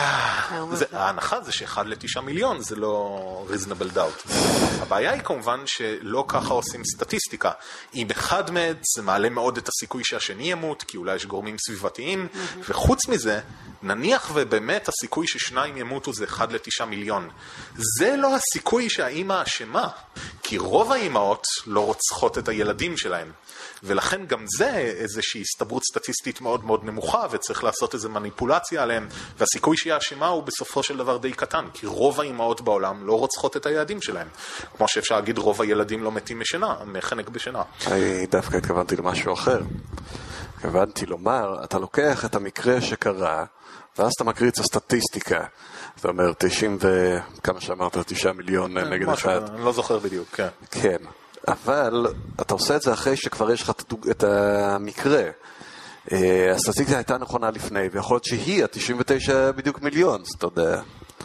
ההנחה זה ש1 ל-9 מיליון זה לא reasonable doubt. הבעיה היא כמובן שלא ככה עושים סטטיסטיקה. אם אחד מת זה מעלה מאוד את הסיכוי שהשני ימות, כי אולי יש גורמים סביבתיים, וחוץ מזה, נניח ובאמת הסיכוי ששניים ימותו זה 1 ל-9 מיליון. זה לא הסיכוי שהאימא אשמה, כי רוב האימהות לא רוצחות את הילדים שלהם. ולכן גם זה איזושהי הסתברות סטטיסטית מאוד מאוד נמוכה, וצריך לעשות איזו מניפולציה עליהם, והסיכוי שהיא אשמה הוא בסופו של דבר די קטן, כי רוב האימהות בעולם לא רוצחות את הילדים שלהם. כמו שאפשר להגיד, רוב הילדים לא מתים משנה, מחנק בשינה. דווקא התכוונתי למשהו אחר. התכוונתי לומר, אתה לוקח את המקרה שקרה, ואז אתה מקריץ הסטטיסטיקה. זאת אומרת, 90 וכמה שאמרת, 9 מיליון נגד אחד. אני לא זוכר בדיוק, כן. כן, אבל אתה עושה את זה אחרי שכבר יש לך את המקרה. הסטטיסטיקה הייתה נכונה לפני, ויכול להיות שהיא ה-99 בדיוק מיליון, אז אתה יודע.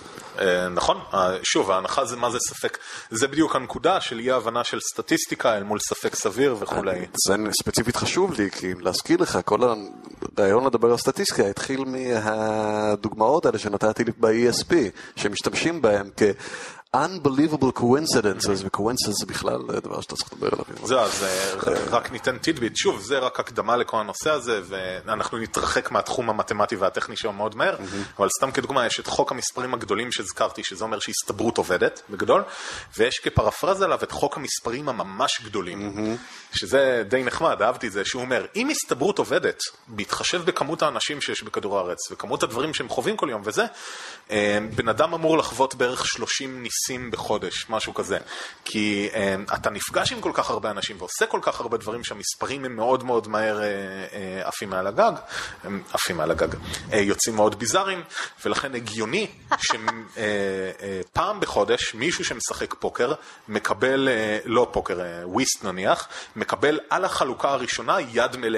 נכון, שוב, ההנחה זה מה זה ספק, זה בדיוק הנקודה של אי ההבנה של סטטיסטיקה אל מול ספק סביר וכו'. זה ספציפית חשוב לי, כי להזכיר לך, כל הרעיון לדבר על סטטיסטיקה התחיל מהדוגמאות האלה שנתתי ב-ESP, שמשתמשים בהם unbelievable coincidences, ו-coincidences זה בכלל דבר שאתה צריך לדבר עליו. זהו, אז רק ניתן טידביט. שוב, זה רק הקדמה לכל הנושא הזה, ואנחנו נתרחק מהתחום המתמטי והטכני שהוא מאוד מהר, אבל סתם כדוגמה, יש את חוק המספרים הגדולים שהזכרתי, שזה אומר שהסתברות עובדת בגדול, ויש כפרפרזה עליו את חוק המספרים הממש גדולים, שזה די נחמד, אהבתי זה, שהוא אומר, אם הסתברות עובדת, בהתחשב בכמות האנשים שיש בכדור הארץ, וכמות הדברים שהם חווים כל יום וזה, בן אדם אמור לחוות בערך 30 ניסים בחודש, משהו כזה. כי אתה נפגש עם כל כך הרבה אנשים ועושה כל כך הרבה דברים שהמספרים הם מאוד מאוד מהר עפים מעל הגג, עפים מעל הגג, יוצאים מאוד ביזאריים, ולכן הגיוני שפעם בחודש מישהו שמשחק פוקר מקבל, לא פוקר, וויסט נניח, מקבל על החלוקה הראשונה יד מלאה.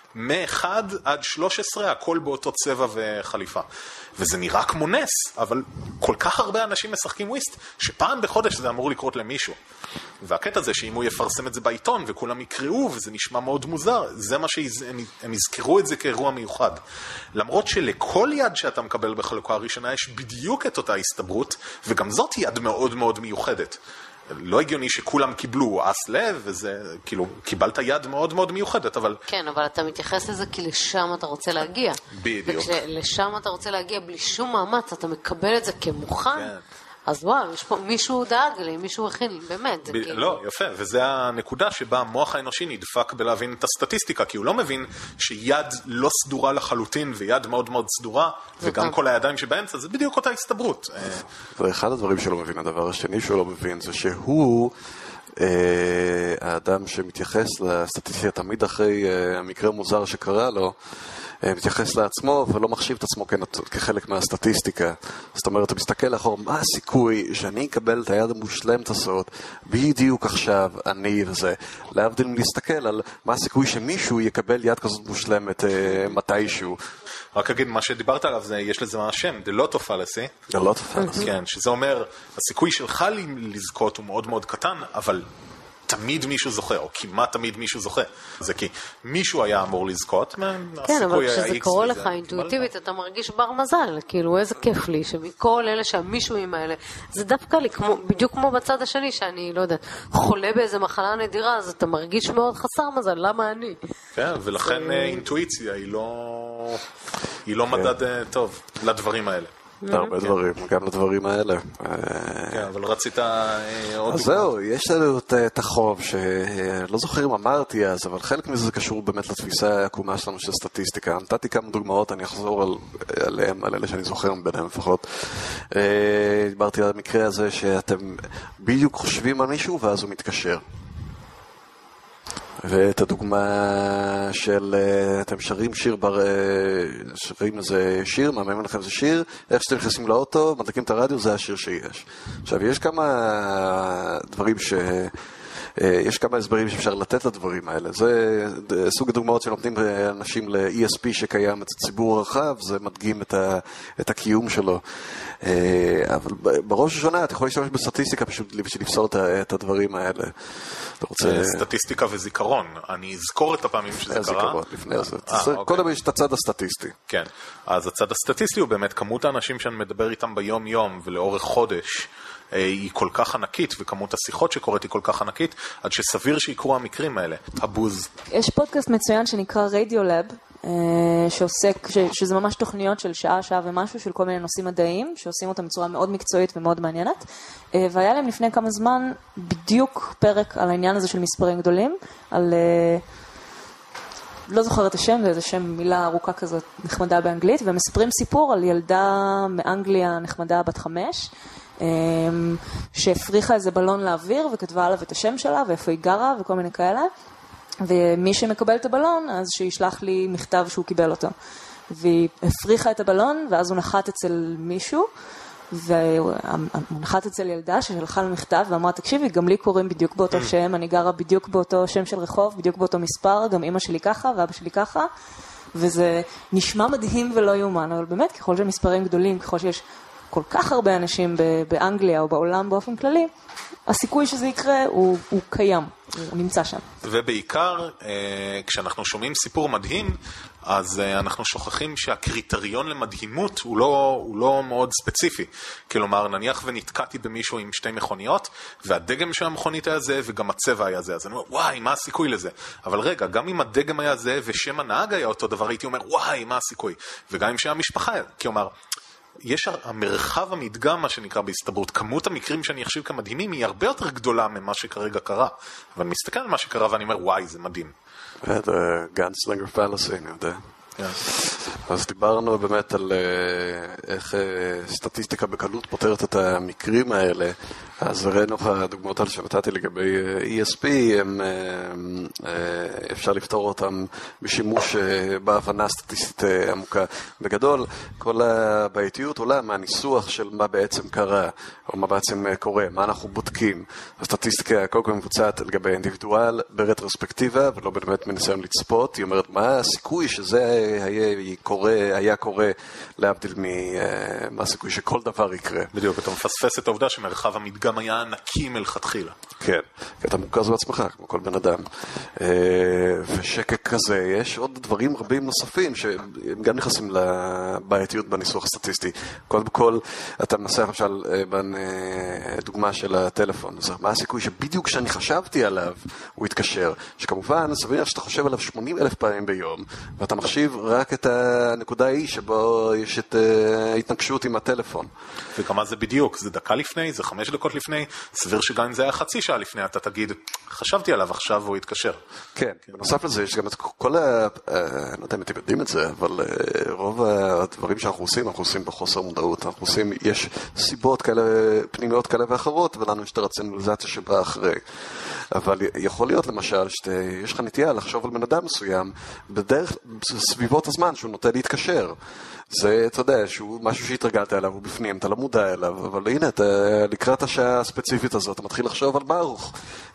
מ-1 עד 13 הכל באותו צבע וחליפה. וזה נראה כמו נס, אבל כל כך הרבה אנשים משחקים וויסט, שפעם בחודש זה אמור לקרות למישהו. והקטע זה שאם הוא יפרסם את זה בעיתון וכולם יקראו וזה נשמע מאוד מוזר, זה מה שהם יזכרו את זה כאירוע מיוחד. למרות שלכל יד שאתה מקבל בחלוקה הראשונה יש בדיוק את אותה הסתברות, וגם זאת יד מאוד מאוד מיוחדת. לא הגיוני שכולם קיבלו אס לב, וזה כאילו, קיבלת יד מאוד מאוד מיוחדת, אבל... כן, אבל אתה מתייחס לזה כי לשם אתה רוצה להגיע. בדיוק. וכשלשם אתה רוצה להגיע בלי שום מאמץ, אתה מקבל את זה כמוכן, כן. אז וואו, יש פה מישהו דאג לי, מישהו הכין לי, באמת. לא, יפה, וזה הנקודה שבה המוח האנושי נדפק בלהבין את הסטטיסטיקה, כי הוא לא מבין שיד לא סדורה לחלוטין, ויד מאוד מאוד סדורה, וגם כל הידיים שבאמצע, זה בדיוק אותה הסתברות. ואחד הדברים שלא מבין, הדבר השני שהוא לא מבין, זה שהוא האדם שמתייחס לסטטיסטיקה תמיד אחרי המקרה מוזר שקרה לו, מתייחס לעצמו ולא מחשיב את עצמו כחלק מהסטטיסטיקה. זאת אומרת, אתה מסתכל לאחור, מה הסיכוי שאני אקבל את היד המושלמת הזאת בדיוק עכשיו, אני וזה. להבדיל מלהסתכל על מה הסיכוי שמישהו יקבל יד כזאת מושלמת מתישהו. רק אגיד, מה שדיברת עליו, יש לזה שם, The Lotto Fallacy. The Lotto Fallacy. כן, שזה אומר, הסיכוי שלך לזכות הוא מאוד מאוד קטן, אבל תמיד מישהו זוכה, או כמעט תמיד מישהו זוכה. זה כי מישהו היה אמור לזכות, כן, אבל כשזה קורה לך אינטואיטיבית, אתה מרגיש בר מזל, כאילו איזה כיף לי, שמכל אלה שהמישהוים האלה, זה דווקא לי, בדיוק כמו בצד השני, שאני לא יודעת, חולה באיזה מחלה נדירה, אז אתה מרגיש מאוד חסר מזל, למה אני? כן, ולכן אינטואיציה היא לא מדד טוב לדברים האלה. הרבה דברים, גם לדברים האלה. כן, אבל רצית עוד... אז זהו, יש לנו את החוב, שלא זוכר אם אמרתי אז, אבל חלק מזה זה קשור באמת לתפיסה העקומה שלנו של סטטיסטיקה. נתתי כמה דוגמאות, אני אחזור עליהם, על אלה שאני זוכר ביניהם לפחות. דיברתי על המקרה הזה שאתם בדיוק חושבים על מישהו ואז הוא מתקשר. ואת הדוגמה של אתם שרים שיר שרים איזה שיר, מאמנים לכם זה שיר, איך שאתם נכנסים לאוטו, מדליקים את הרדיו, זה השיר שיש. עכשיו, יש כמה דברים יש כמה הסברים שאפשר לתת לדברים האלה. זה סוג הדוגמאות שנותנים אנשים ל-ESP שקיים את הציבור הרחב, זה מדגים את הקיום שלו. אבל בראש השונה אתה יכול להשתמש בסטטיסטיקה פשוט בשביל לפסול את הדברים האלה. סטטיסטיקה וזיכרון. אני אזכור את הפעמים שזה קרה. זיכרון, לפני זה. קודם יש את הצד הסטטיסטי. כן. אז הצד הסטטיסטי הוא באמת כמות האנשים שאני מדבר איתם ביום יום ולאורך חודש. היא כל כך ענקית, וכמות השיחות שקורית היא כל כך ענקית, עד שסביר שיקרו המקרים האלה. הבוז. יש פודקאסט מצוין שנקרא רדיולאב, שעוסק, שזה ממש תוכניות של שעה ומשהו, של כל מיני נושאים מדעיים, שעושים אותם בצורה מאוד מקצועית ומאוד מעניינת, והיה להם לפני כמה זמן בדיוק פרק על העניין הזה של מספרים גדולים, על... לא זוכר את השם, זה איזה שם מילה ארוכה כזאת נחמדה באנגלית, והם מספרים סיפור על ילדה מאנגליה נחמדה בת 5, שהפריחה איזה בלון לאוויר וכתבה עליו את השם שלה ואיפה היא גרה וכל מיני כאלה, ומי שמקבל את הבלון אז שישלח לי מכתב שהוא קיבל אותו, והיא הפריחה את הבלון ואז הוא נחת אצל מישהו, והוא נחת אצל ילדה ששלחה לו מכתב ואמרה, תקשיבי, גם לי קוראים בדיוק באותו שם, אני גרה בדיוק באותו שם של רחוב, בדיוק באותו מספר, גם אמא שלי ככה ואבא שלי ככה, וזה נשמע מדהים ולא יאומן, אבל באמת ככל שמספרים גדולים, ככל שיש כל כך הרבה אנשים באנגליה או בעולם באופן כללי, הסיכוי שזה יקרה הוא קיים, הוא נמצא שם. ובעיקר, כשאנחנו שומעים סיפור מדהים, אז אנחנו שוכחים שהקריטריון למדהימות הוא לא מאוד ספציפי. כלומר, נניח ונתקעתי במישהו עם 2 מכוניות, והדגם של המכונית היה זה, וגם הצבע היה זה. אז אני אומר, וואי, מה הסיכוי לזה? אבל רגע, גם אם הדגם היה זה, ושם הנהג היה אותו דבר, הייתי אומר, וואי, מה הסיכוי? וגם אם שם המשפחה, כלומר, יש המרחב המדגם, מה שנקרא בהסתברות, כמות המקרים שאני אחשיב כמדהימים היא הרבה יותר גדולה ממה שכרגע קרה. אבל אני מסתכל על מה שקרה ואני אומר, וואי, זה מדהים. The gunslinger fallacy, אני יודע. אז דיברנו באמת על איך סטטיסטיקה בקלות פותרת את המקרים האלה. אז ראינו לך הדוגמאות האלה שנתתי לגבי ESP, אפשר לפתור אותם בשימוש בהבנה סטטיסטית עמוקה. בגדול, כל הבעייתיות עולה מהניסוח של מה בעצם קרה, או מה בעצם קורה, מה אנחנו בודקים. הסטטיסטיקה קודם כל מבוצעת לגבי אינדיבידואל ברטרוספקטיבה, ולא באמת מנסים לצפות. היא אומרת, מה הסיכוי שזה היה קורה להבדיל מה הסיכוי שכל דבר יקרה. בדיוק, אתה מפספס את העובדה שמרחב המדגם היה נקי מלכתחילה. כן, כי אתה מורכז בעצמך, כמו כל בן אדם. ושקק כזה, יש עוד דברים רבים נוספים שהם גם נכנסים לבעייתיות בניסוח הסטטיסטי. קודם כל, אתה מנסה למשל בדוגמה של הטלפון. מה הסיכוי שבדיוק כשאני חשבתי עליו, הוא יתקשר? שכמובן, סביר שאתה חושב עליו 80,000 פעמים ביום, ואתה מחשיב רק את הנקודה ההיא שבו יש את ההתנגשות עם הטלפון. וגם מה זה בדיוק? זה דקה לפני? זה 5 דקות לפני? סביר שגם אם זה היה חצי שעה לפני, אתה תגיד, חשבתי עליו עכשיו והוא יתקשר. כן, בנוסף לזה יש גם את כל אני לא יודע אם אתם יודעים את זה, אבל רוב הדברים שאנחנו עושים בחוסר מודעות. אנחנו עושים, יש סיבות כאלה, פנימיות כאלה ואחרות, ולנו יש את הרציונליזציה שבאה אחרי. אבל יכול להיות למשל שיש לך נטייה לחשוב על בן אדם מסוים בדרך סביבות הזמן שהוא נוטה להתקשר. זה, אתה יודע, שהוא משהו שהתרגלת אליו, הוא בפנים, אתה לא מודע אליו, אבל הנה, אתה לקראת השעה הספציפית הזאת, אתה מתחיל לחשוב על ברוך.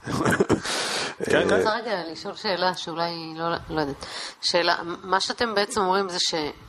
אני רוצה רגע לשאול שאלה שאולי לא יודעת. שאלה, מה שאתם בעצם אומרים זה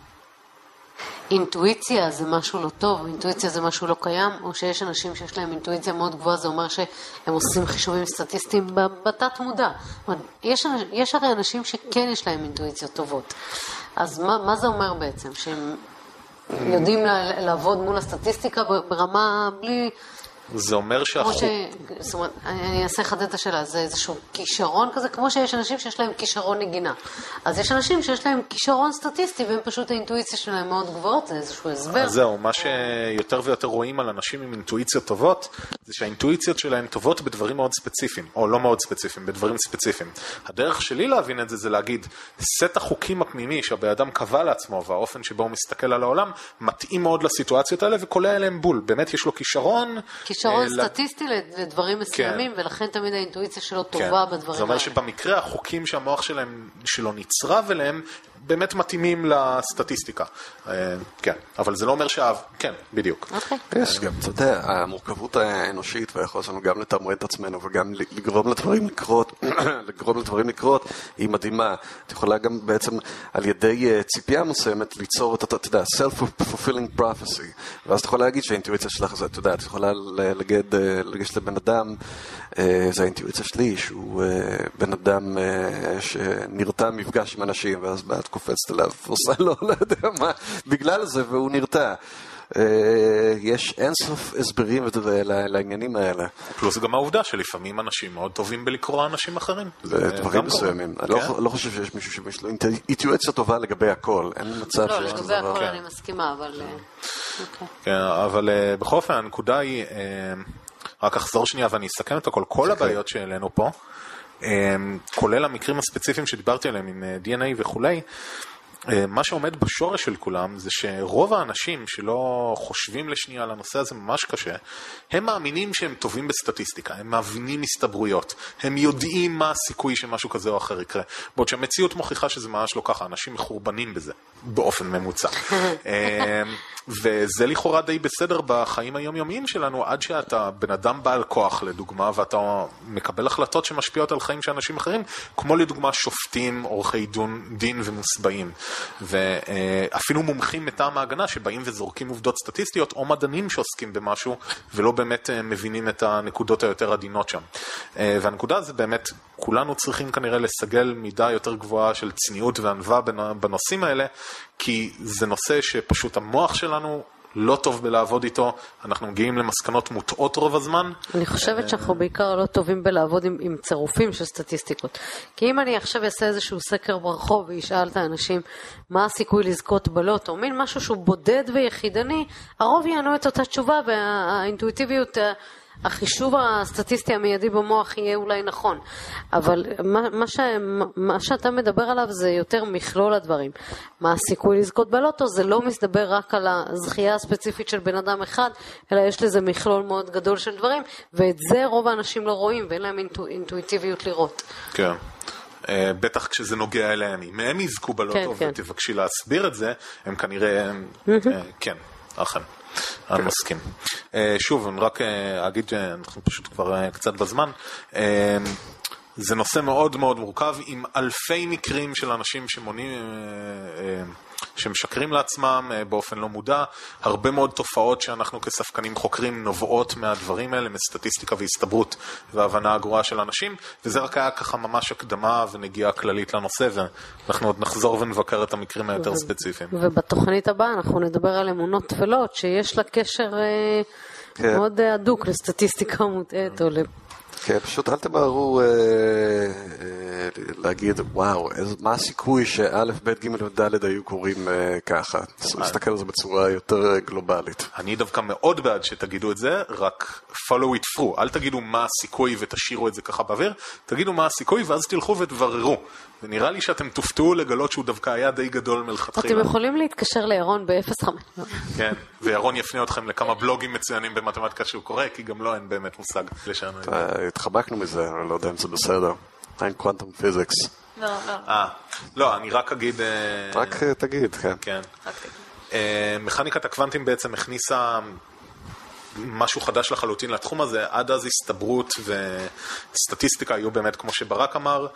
שאינטואיציה זה משהו לא טוב, אינטואיציה זה משהו לא קיים, או שיש אנשים שיש להם אינטואיציה מאוד גבוהה, זה אומר שהם עושים חישובים סטטיסטיים בתת מודע. יש הרי אנשים שכן יש להם אינטואיציות טובות. אז מה זה אומר בעצם? שהם יודעים לעבוד מול הסטטיסטיקה ברמה בלי... זה אומר זאת אומרת, אני אעשה לחדד את השאלה, זה איזשהו כישרון כזה, כמו שיש אנשים שיש להם כישרון נגינה. אז יש אנשים שיש להם כישרון סטטיסטי, והם פשוט האינטואיציה שלהם מאוד גבוהות, זה איזשהו הסבר. אז זהו, מה שיותר ויותר רואים על אנשים עם אינטואיציות טובות, זה שהאינטואיציות שלהם טובות בדברים מאוד ספציפיים, או לא מאוד ספציפיים, בדברים ספציפיים. הדרך שלי להבין את זה, זה להגיד, סט החוקים הפנימי שהבן קבע לעצמו, והאופן שבו הוא מסתכל על העולם, מתאים מאוד לסיטואציות האלה, וקולע אליהם בול. באמת יש לו כישרון סטטיסטי לדברים מסוימים, ולכן תמיד האינטואיציה שלו טובה בדברים האלה. זה אומר שבמקרה החוקים שהמוח שלו נצרב אליהם, באמת מתאימים לסטטיסטיקה. כן, אבל זה לא אומר כן, בדיוק. יש גם, אתה יודע, המורכבות האנושית, ויכול לנו גם לתמרן את עצמנו, וגם לגרום לדברים לקרות, היא מדהימה. את יכולה גם בעצם על ידי ציפייה מסוימת ליצור את, אתה יודע, self-fulfilling prophecy. ואז אתה יכולה להגיד שהאינטואיציה שלך זה, אתה יודע, את יכולה לגשת לבן אדם, זה האינטואיציה שלי, שהוא בן אדם שנרתע מפגש עם אנשים, ואז את קופצת אליו, עושה לו, לא יודע מה, בגלל זה, והוא נרתע. יש אינסוף הסברים לעניינים האלה. פלוס גם העובדה שלפעמים אנשים מאוד טובים בלקרוא אנשים אחרים. זה דברים מסוימים. אני לא חושב שיש מישהו שיש לו אינטואיציה טובה לגבי הכל. אין מצב שיש לגבי הכל אני מסכימה, אבל... אבל בכל אופן, הנקודה היא... רק אחזור שנייה ואני אסכם את הכל. כל הבעיות שהעלינו פה, כולל המקרים הספציפיים שדיברתי עליהם עם DNA וכולי, מה שעומד בשורש של כולם זה שרוב האנשים שלא חושבים לשנייה על הנושא הזה ממש קשה, הם מאמינים שהם טובים בסטטיסטיקה, הם מאמינים הסתברויות, הם יודעים מה הסיכוי שמשהו כזה או אחר יקרה, בעוד שהמציאות מוכיחה שזה ממש לא ככה, אנשים מחורבנים בזה באופן ממוצע. וזה לכאורה די בסדר בחיים היומיומיים שלנו, עד שאתה בן אדם בעל כוח לדוגמה, ואתה מקבל החלטות שמשפיעות על חיים של אנשים אחרים, כמו לדוגמה שופטים, עורכי דין ומוסבעים. ואפילו מומחים מטעם ההגנה שבאים וזורקים עובדות סטטיסטיות, או מדענים שעוסקים במשהו, ולא באמת מבינים את הנקודות היותר עדינות שם. והנקודה זה באמת, כולנו צריכים כנראה לסגל מידה יותר גבוהה של צניעות וענווה בנושאים האלה, כי זה נושא שפשוט המוח שלנו לא טוב בלעבוד איתו, אנחנו מגיעים למסקנות מוטעות רוב הזמן. אני חושבת שאנחנו בעיקר לא טובים בלעבוד עם צירופים של סטטיסטיקות. כי אם אני עכשיו אעשה איזשהו סקר ברחוב וישאל את האנשים מה הסיכוי לזכות בלוטו, או מין משהו שהוא בודד ויחידני, הרוב יענו את אותה תשובה, והאינטואיטיביות החישוב הסטטיסטי המיידי במוח יהיה אולי נכון, אבל מה שאתה מדבר עליו זה יותר מכלול הדברים. מה הסיכוי לזכות בלוטו? זה לא מסתבר רק על הזכייה הספציפית של בן אדם אחד, אלא יש לזה מכלול מאוד גדול של דברים, ואת זה רוב האנשים לא רואים, ואין להם אינטואיטיביות לראות. כן. בטח כשזה נוגע אליהם, אם הם יזכו בלוטו ותבקשי להסביר את זה, הם כנראה, כן, אכן, אני מסכים. שוב, אני רק אגיד שאנחנו פשוט כבר קצת בזמן, זה נושא מאוד מאוד מורכב, עם אלפי מקרים של אנשים שמשקרים לעצמם באופן לא מודע, הרבה מאוד תופעות שאנחנו כספקנים חוקרים נובעות מהדברים האלה, מסטטיסטיקה והסתברות והבנה הגרועה של אנשים, וזה רק היה ככה ממש הקדמה ונגיעה כללית לנושא, ואנחנו עוד נחזור ונבקר את המקרים היותר ספציפיים. ובתוכנית הבאה אנחנו נדבר על אמונות תפלות, שיש לה קשר מאוד הדוק לסטטיסטיקה מוטעת או כן, פשוט אל תמהרו להגיד, וואו, מה הסיכוי שא', ב', ג' וד' היו קוראים ככה? נסתכל על זה בצורה יותר גלובלית. אני דווקא מאוד בעד שתגידו את זה, רק follow it through. אל תגידו מה הסיכוי ותשאירו את זה ככה באוויר, תגידו מה הסיכוי ואז תלכו ותבררו. ונראה לי שאתם תופתעו לגלות שהוא דווקא היה די גדול מלכתחילה. אתם יכולים להתקשר לירון ב-05. כן, וירון יפנה אתכם לכמה בלוגים מצוינים במתמטיקה שהוא קורא, כי גם לא אין באמת מושג לשנו. התחבקנו מזה, אני לא יודע אם זה בסדר. אין קוונטום פיזיקס. לא, אני רק אגיד... רק תגיד, כן. כן. מכניקת הקוונטים בעצם הכניסה משהו חדש לחלוטין לתחום הזה, עד אז הסתברות וסטטיסטיקה היו באמת, כמו שברק אמר,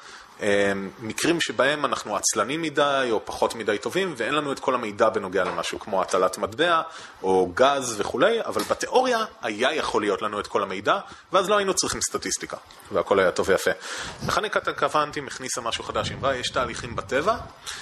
מקרים שבהם אנחנו עצלנים מדי או פחות מדי טובים, ואין לנו את כל המידע בנוגע למשהו, כמו הטלת מטבע או גז וכולי, אבל בתיאוריה היה יכול להיות לנו את כל המידע, ואז לא היינו צריכים סטטיסטיקה, והכל היה טוב ויפה. מכניקת הקוונטים הכניסה משהו חדש, אמרה, יש תהליכים בטבע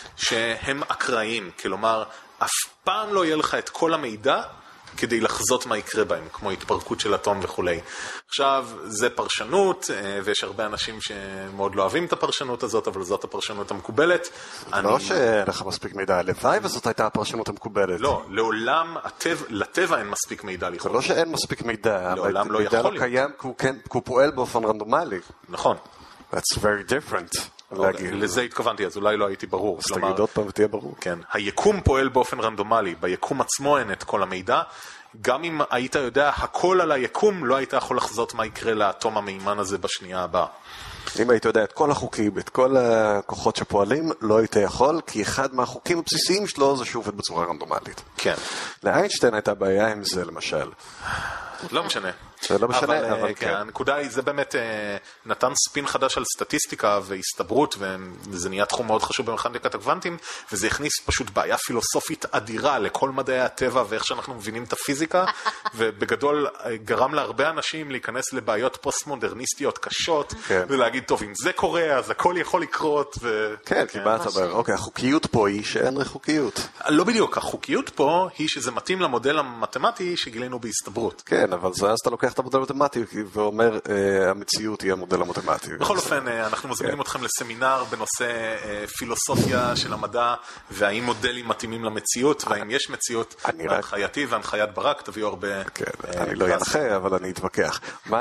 שהם אקראיים, כלומר, אף פעם לא יהיה לך את כל המידע, כדי לחזות מה יקרה בהם, כמו התפרקות של אטום וכולי. עכשיו, זה פרשנות, ויש הרבה אנשים שמאוד לא אוהבים את הפרשנות הזאת, אבל זאת הפרשנות המקובלת. לא שאין לך מספיק מידע, הלוואי וזאת הייתה הפרשנות המקובלת. לא, לעולם, לטבע אין מספיק מידע לכאורה. זה לא שאין מספיק מידע, לעולם לא מידע יכול לא קיים, כי הוא פועל באופן רנדומלי. נכון. That's very different. לזה התכוונתי, אז אולי לא הייתי ברור. אז תגיד עוד פעם ותהיה ברור. כן, היקום פועל באופן רנדומלי, ביקום עצמו אין את כל המידע, גם אם היית יודע הכל על היקום, לא היית יכול לחזות מה יקרה לאטום המימן הזה בשנייה הבאה. אם היית יודע את כל החוקים, את כל הכוחות שפועלים, לא היית יכול, כי אחד מהחוקים הבסיסיים שלו זה שהוא עובד בצורה רנדומלית. כן. לאיינשטיין הייתה בעיה עם זה, למשל. לא משנה. זה לא משנה, אבל כן. הנקודה היא, זה באמת נתן ספין חדש על סטטיסטיקה והסתברות, וזה נהיה תחום מאוד חשוב במכניקת הקוונטים, וזה הכניס פשוט בעיה פילוסופית אדירה לכל מדעי הטבע ואיך שאנחנו מבינים את הפיזיקה, ובגדול גרם להרבה אנשים להיכנס לבעיות פוסט-מודרניסטיות קשות, ולהגיד, טוב, אם זה קורה, אז הכל יכול לקרות. כן, כי מה אתה אומר? אוקיי, החוקיות פה היא שאין חוקיות. לא בדיוק, החוקיות פה היא שזה מתאים למודל המתמטי שגילינו בהסתברות. כן, אבל אז אתה לוקח את המודל המתמטי ואומר, המציאות היא המודל המתמטי. בכל אופן, אנחנו מזמינים אתכם לסמינר בנושא פילוסופיה של המדע, והאם מודלים מתאימים למציאות, והאם יש מציאות בהנחייתי והנחיית ברק, תביאו הרבה... כן, אני לא ינחה, אבל אני אתווכח. מה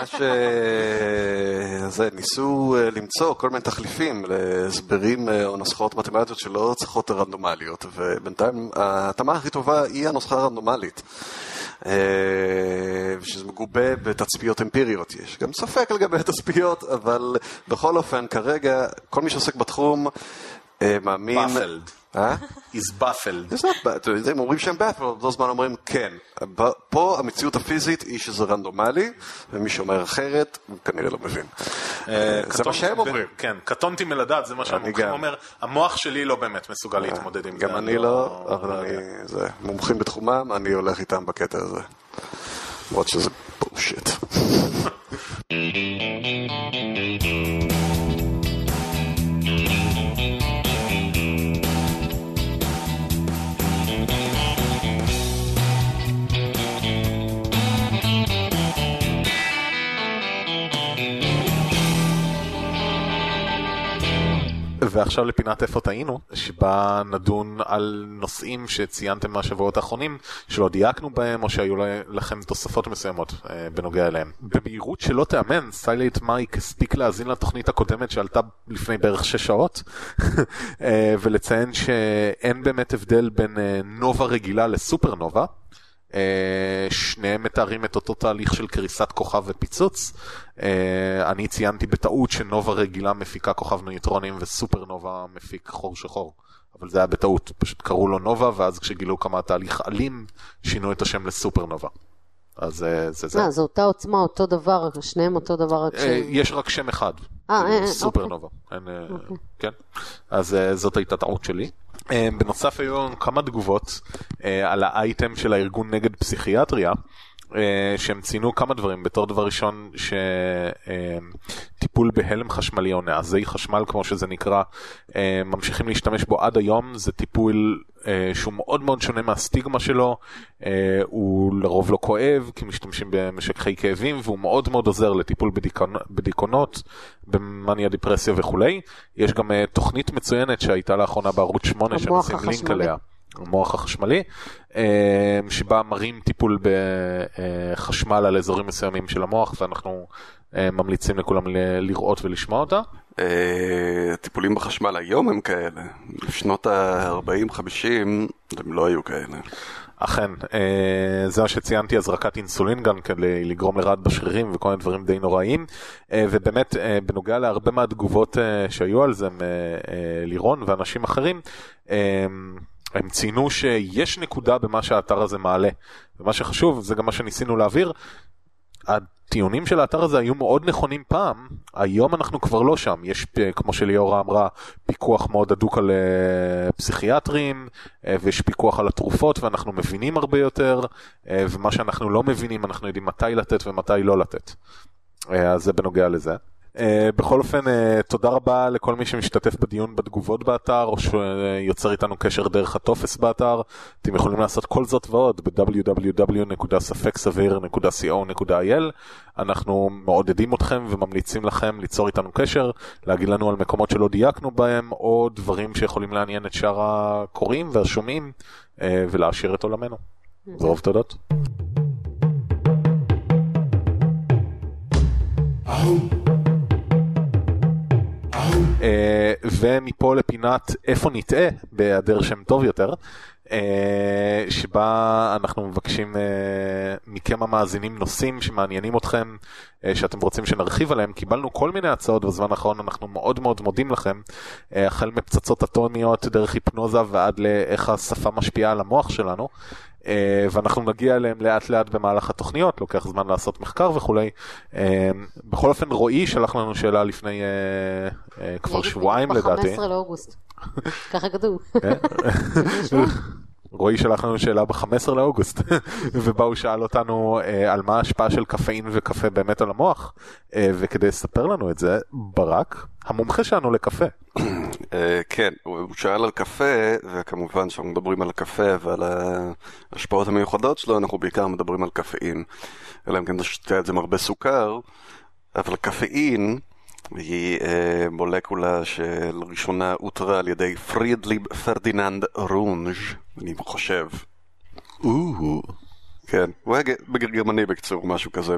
שזה, ניסו למצוא כל מיני תחליפים להסברים או נוסחאות מתמטיות שלא צריכות רנדומליות, ובינתיים התאמה הכי טובה היא הנוסחה הרנדומלית. ושזה מגובה בתצפיות אמפיריות. יש גם ספק לגבי התצפיות, אבל בכל אופן, כרגע, כל מי שעוסק בתחום מאמין... Baffled. Is baffled. הם אומרים שהם baffled, באותו זמן אומרים כן. פה המציאות הפיזית היא שזה רנדומלי, ומי שאומר אחרת, הוא כנראה לא מבין. זה מה שהם אומרים. כן, קטונתי מלדעת, זה מה שהמומחים אומר. המוח שלי לא באמת מסוגל להתמודד עם זה. גם אני לא, אבל אני מומחים בתחומם, אני הולך איתם בקטע הזה. למרות שזה בולשיט. ועכשיו לפינת איפה טעינו, שבה נדון על נושאים שציינתם מהשבועות האחרונים, שלא דייקנו בהם, או שהיו לכם תוספות מסוימות בנוגע אליהם. במהירות שלא תאמן, סטיילייט מייק הספיק להאזין לתוכנית הקודמת שעלתה לפני בערך 6 שעות, ולציין שאין באמת הבדל בין נובה רגילה לסופרנובה, שניהם מתארים את אותו תהליך של קריסת כוכב ופיצוץ. אני ציינתי בטעות שנובה רגילה מפיקה כוכב ניוטרונים וסופרנובה מפיק חור שחור, אבל זה היה בטעות, פשוט קראו לו נובה, ואז כשגילו כמה תהליך אלים שינו את השם לסופרנובה. אז זה. זו אותה עוצמה, אותו דבר, שניהם אותו דבר. יש רק שם אחד, סופרנובה. כן, אז זאת הייתה טעות שלי. בנוסף היו כמה תגובות על האייטם של הארגון נגד פסיכיאטריה, שהם ציינו כמה דברים. בתור דבר ראשון, שטיפול בהלם חשמלי או נעזי חשמל כמו שזה נקרא, ממשיכים להשתמש בו עד היום. זה טיפול שהוא מאוד מאוד שונה מהסטיגמה שלו, הוא לרוב לא כואב כי משתמשים במשככי כאבים, והוא מאוד מאוד עוזר לטיפול בדיכאונות, במניה דיפרסיה וכולי. יש גם תוכנית מצוינת שהייתה לאחרונה בערוץ 8 שנשים לינק עליה, המוח החשמלי, שבה מראים טיפול בחשמל על אזורים מסוימים של המוח, ואנחנו ממליצים לכולם לראות ולשמוע אותה. טיפולים בחשמל היום הם כאלה, בשנות ה-40-50 הם לא היו כאלה. אכן, זה מה שציינתי, הזרקת אינסולין גם כדי לגרום לרעד בשרירים וכל מיני דברים די נוראיים, ובאמת בנוגע להרבה מהתגובות שהיו על זה, לירון ואנשים אחרים, הם ציינו שיש נקודה במה שהאתר הזה מעלה, ומה שחשוב, זה גם מה שניסינו להעביר, הטיעונים של האתר הזה היו מאוד נכונים פעם, היום אנחנו כבר לא שם. יש, כמו שליאורה אמרה, פיקוח מאוד הדוק על פסיכיאטרים, ויש פיקוח על התרופות, ואנחנו מבינים הרבה יותר, ומה שאנחנו לא מבינים, אנחנו יודעים מתי לתת ומתי לא לתת. אז זה בנוגע לזה. בכל אופן, תודה רבה לכל מי שמשתתף בדיון בתגובות באתר, או שיוצר איתנו קשר דרך הטופס באתר. אתם יכולים לעשות כל זאת ועוד ב-www.ספקסביר.co.il. אנחנו מעודדים אתכם וממליצים לכם ליצור איתנו קשר, להגיד לנו על מקומות שלא דייקנו בהם, או דברים שיכולים לעניין את שאר הקוראים והשומעים, ולהשאיר את עולמנו. ורוב תודות. ומפה לפינת איפה נטעה בהיעדר שם טוב יותר, שבה אנחנו מבקשים מכם המאזינים נושאים שמעניינים אתכם, שאתם רוצים שנרחיב עליהם. קיבלנו כל מיני הצעות בזמן האחרון, אנחנו מאוד מאוד מודים לכם, החל מפצצות אטומיות דרך היפנוזה ועד לאיך השפה משפיעה על המוח שלנו, ואנחנו נגיע אליהם לאט לאט במהלך התוכניות, לוקח זמן לעשות מחקר וכולי. בכל אופן, רועי שלח לנו שאלה לפני כבר שבועיים לדעתי. ב-15 לאוגוסט. ככה כתוב. רועי שלח לנו שאלה ב-15 לאוגוסט, ובה הוא שאל אותנו על מה ההשפעה של קפאין וקפה באמת על המוח, וכדי לספר לנו את זה, ברק, המומחה שלנו לקפה. כן, הוא שאל על קפה, וכמובן שאנחנו מדברים על הקפה ועל ההשפעות המיוחדות שלו, אנחנו בעיקר מדברים על קפאין, אלא אם כן נשתה את זה מרבה סוכר, אבל קפאין היא מולקולה שלראשונה הותרה על ידי פרידליב פרדיננד רונז', אני חושב. כן, הוא היה בגרמני בקצור, משהו כזה,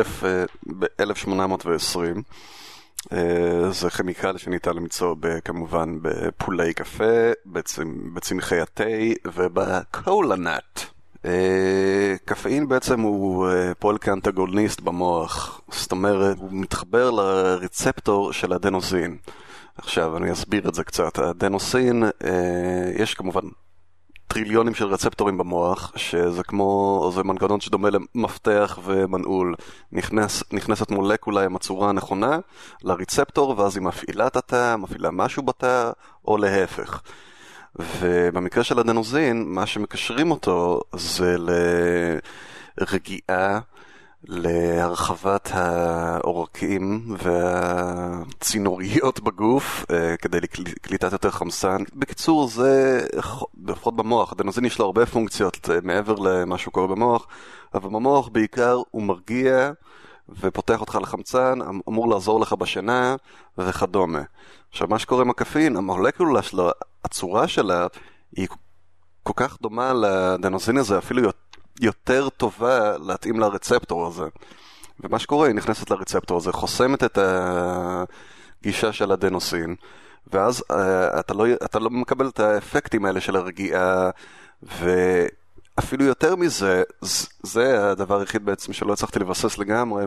ב-1820. זה כימיקל שניתן למצוא כמובן בפולי קפה, בצמחי התה ובקולנט. קפאין בעצם הוא פועל כאנטגוניסט במוח, זאת אומרת הוא מתחבר לרצפטור של הדנוזין. עכשיו אני אסביר את זה קצת. הדנוזין, יש כמובן טריליונים של רצפטורים במוח, שזה כמו, זה מנגנון שדומה למפתח ומנעול. נכנסת מולקולה עם הצורה הנכונה לרצפטור, ואז היא מפעילה את התא, מפעילה משהו בתא, או להפך. ובמקרה של הדנוזין, מה שמקשרים אותו זה לרגיעה, להרחבת העורקים והצינוריות בגוף כדי לקליטת יותר חמצן. בקיצור, זה לפחות במוח, הדנוזין יש לו הרבה פונקציות מעבר למה שקורה במוח, אבל במוח בעיקר הוא מרגיע ופותח אותך לחמצן, אמור לעזור לך בשינה וכדומה. עכשיו, מה שקורה עם הקפאין, המולקולה שלו, הצורה שלה, היא כל כך דומה לדנוזין הזה, אפילו יותר טובה להתאים לרצפטור הזה. ומה שקורה, היא נכנסת לרצפטור הזה, חוסמת את הגישה של הדנוסין, ואז אתה לא מקבל את האפקטים האלה של הרגיעה, ואפילו יותר מזה, זה הדבר היחיד בעצם שלא הצלחתי לבסס לגמרי,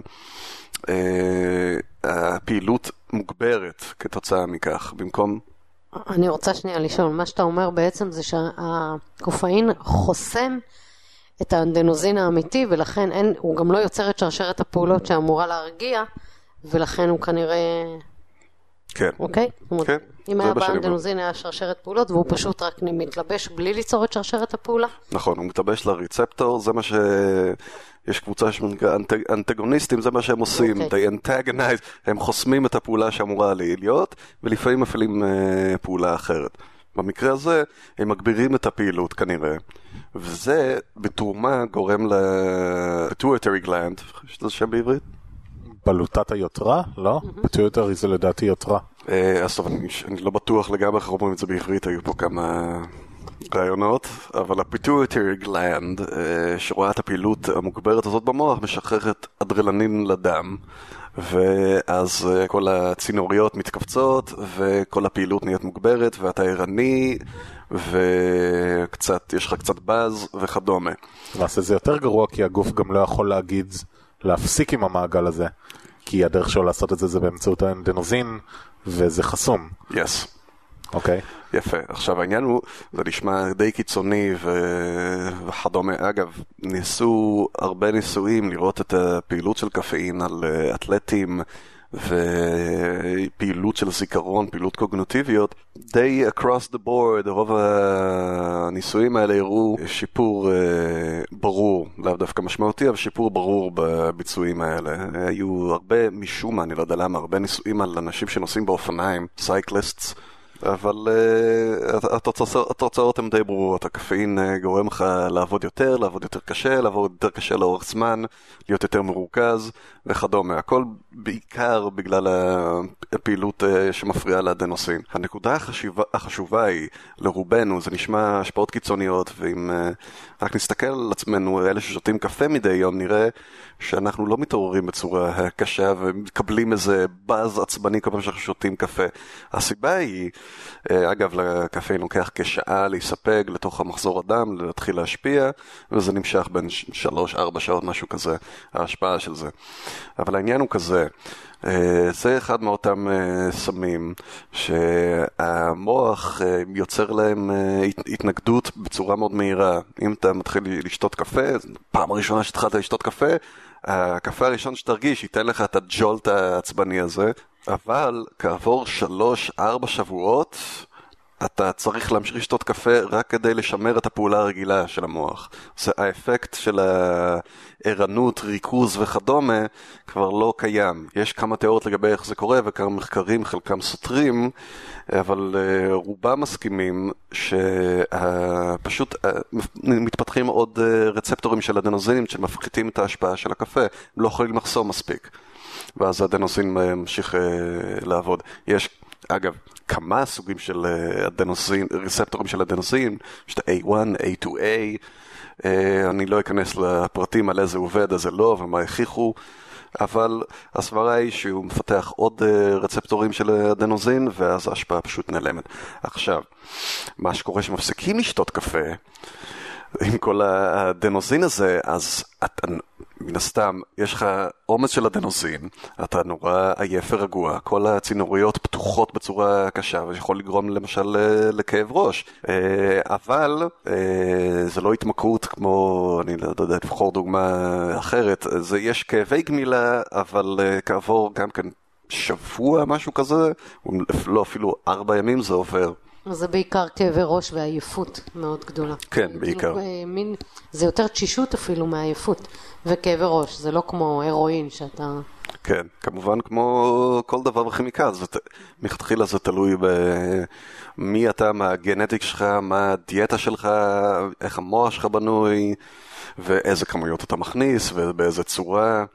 הפעילות מוגברת כתוצאה מכך, במקום... אני רוצה שנייה לשאול, מה שאתה אומר בעצם זה שהקופאין חוסם את האדנוזין האמיתי, ולכן הוא גם לא יוצר את שרשרת הפעולות שאמורה להרגיע, ולכן הוא כנראה... כן. אוקיי? כן. אם היה באדנוזין היה שרשרת פעולות, והוא פשוט רק מתלבש בלי ליצור את שרשרת הפעולה? נכון, הוא מתלבש לריצפטור, זה מה ש... יש קבוצה שנקרא אנטגוניסטים, זה מה שהם עושים, they antagonize, הם חוסמים את הפעולה שאמורה להיות, ולפעמים מפעילים פעולה אחרת. במקרה הזה, הם מגבירים את הפעילות כנראה, וזה בתרומה גורם ל-pituitary gland, יש לזה שם בעברית? בלוטת היותרה? לא? pituitary זה לדעתי יותרה. אז טוב, אני לא בטוח לגמרי איך אומרים את זה בעברית, היו פה כמה רעיונות, אבל ה-pituitary gland, שרואה את הפעילות המוגברת הזאת במוח, משחררת אדרנלין לדם, ואז כל הצינוריות מתכווצות, וכל הפעילות נהיית מוגברת, ואתה ערני, יש לך קצת באז וכדומה. למעשה זה יותר גרוע, כי הגוף גם לא יכול להגיד להפסיק עם המעגל הזה, כי הדרך שלו לעשות את זה זה באמצעות האדנוזין, וזה חסום. Yes. אוקיי. יפה. עכשיו העניין הוא, זה נשמע די קיצוני וכדומה. אגב, ניסו הרבה ניסויים לראות את הפעילות של קפאין על אתלטים ופעילות של זיכרון, פעילות קוגניטיביות. די across the board, רוב הניסויים האלה הראו שיפור ברור, לאו דווקא משמעותי, אבל שיפור ברור בביצועים האלה. היו הרבה, משום מה, אני לא יודע למה, הרבה ניסויים על אנשים שנוסעים באופניים, סייקליסטס, אבל התוצאות הן די ברורות. הקפאין גורם לך לעבוד יותר קשה, לעבוד יותר קשה לאורך זמן, להיות יותר מרוכז וכדומה. הכל בעיקר בגלל הפעילות שמפריעה לאדנוסין. הנקודה החשובה היא, לרובנו, זה נשמע השפעות קיצוניות, ואם רק נסתכל על עצמנו, אלה ששותים קפה מדי יום, נראה שאנחנו לא מתעוררים בצורה קשה ומקבלים איזה באז עצבני כל פעם שאנחנו שותים קפה. הסיבה היא, אגב, לקפאין לוקח כשעה להיספג לתוך המחזור הדם, להתחיל להשפיע, וזה נמשך בין 3-4 שעות, משהו כזה, ההשפעה של זה. אבל העניין הוא כזה, זה אחד מאותם סמים שהמוח יוצר להם התנגדות בצורה מאוד מהירה. אם אתה מתחיל לשתות קפה, פעם הראשונה שהתחלת לשתות קפה, הקפה הראשון שתרגיש ייתן לך את הג'ולט העצבני הזה, אבל כעבור 3-4 שבועות אתה צריך להמשיך לשתות קפה רק כדי לשמר את הפעולה הרגילה של המוח. זה האפקט של הערנות, ריכוז וכדומה כבר לא קיים. יש כמה תיאוריות לגבי איך זה קורה וכמה מחקרים, חלקם סותרים, אבל רובם מסכימים שפשוט מתפתחים עוד רצפטורים של אדנוזינים שמפחיתים את ההשפעה של הקפה, לא יכולים לחסום מספיק. ואז האדנוזין ממשיך לעבוד. יש, אגב, כמה סוגים של אדנוזין, רצפטורים של אדנוזין, יש את A1, A2A, אני לא אכנס לפרטים על איזה עובד, איזה לא, ומה הכיחו, אבל הסברה היא שהוא מפתח עוד רצפטורים של אדנוזין, ואז ההשפעה פשוט נעלמת. עכשיו, מה שקורה שמפסיקים לשתות קפה, עם כל האדנוזין הזה, אז אתה, מן הסתם, יש לך אומץ של אדנוזין, אתה נורא עייף ורגוע, כל הצינוריות פתוחות בצורה קשה, ויכול לגרום למשל לכאב ראש. אבל זה לא התמכרות כמו, אני לא יודע, לבחור דוגמה אחרת, יש כאבי גמילה, אבל כעבור גם כן שבוע, משהו כזה, לא אפילו 4 ימים זה עובר. זה בעיקר כאבי ראש ועייפות מאוד גדולה. כן, בעיקר. זה יותר תשישות אפילו מעייפות וכאבי ראש, זה לא כמו הרואין שאתה... כן, כמובן כמו כל דבר בכימיקל, מתחילה זה תלוי במי אתה, מה הגנטיקה שלך, מה הדיאטה שלך, איך המוח שלך בנוי, ואיזה כמויות אתה מכניס ובאיזה צורה.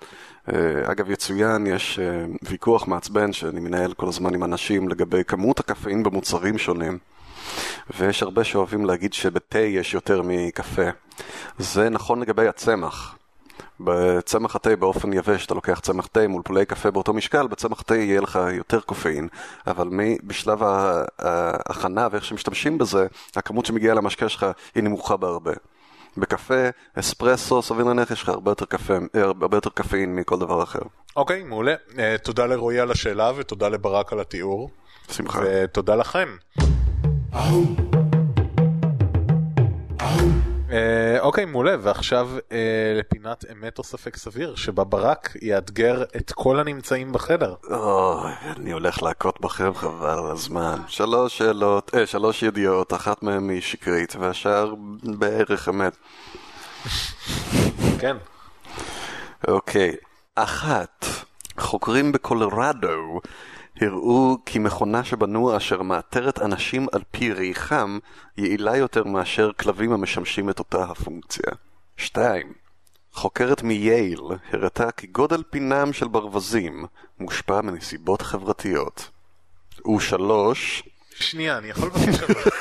אגב, יצוין, יש ויכוח מעצבן שאני מנהל כל הזמן עם אנשים לגבי כמות הקפאין במוצרים שונים. ויש הרבה שאוהבים להגיד שבתה יש יותר מקפה. זה נכון לגבי הצמח. בצמח התה באופן יבש, אתה לוקח צמח תה מול פולי קפה באותו משקל, בצמח תה יהיה לך יותר קופאין, אבל בשלב ההכנה ואיך שמשתמשים בזה, הכמות שמגיעה למשקה שלך היא נמוכה בהרבה. בקפה, אספרסו, סביר להניח יש לך הרבה יותר קפאין מכל דבר אחר. אוקיי, מעולה. תודה לרועי על השאלה ותודה לברק על התיאור. שמחה. ותודה לכם. אוקיי, מעולה, ועכשיו לפינת אמת או ספק סביר, שבה ברק יאתגר את כל הנמצאים בחדר. אני הולך להכות בכם חבל על הזמן. 3 ידיעות, אחת מהן היא שקרית, והשאר בערך אמת. כן. אוקיי, 1. חוקרים בקולורדו הראו כי מכונה שבנו אשר מאתרת אנשים על פי ריחם יעילה יותר מאשר כלבים המשמשים את אותה הפונקציה. 2. חוקרת מייל הראתה כי גודל פינם של ברווזים מושפע מנסיבות חברתיות. 3. שנייה, אני יכול לבקש על זה.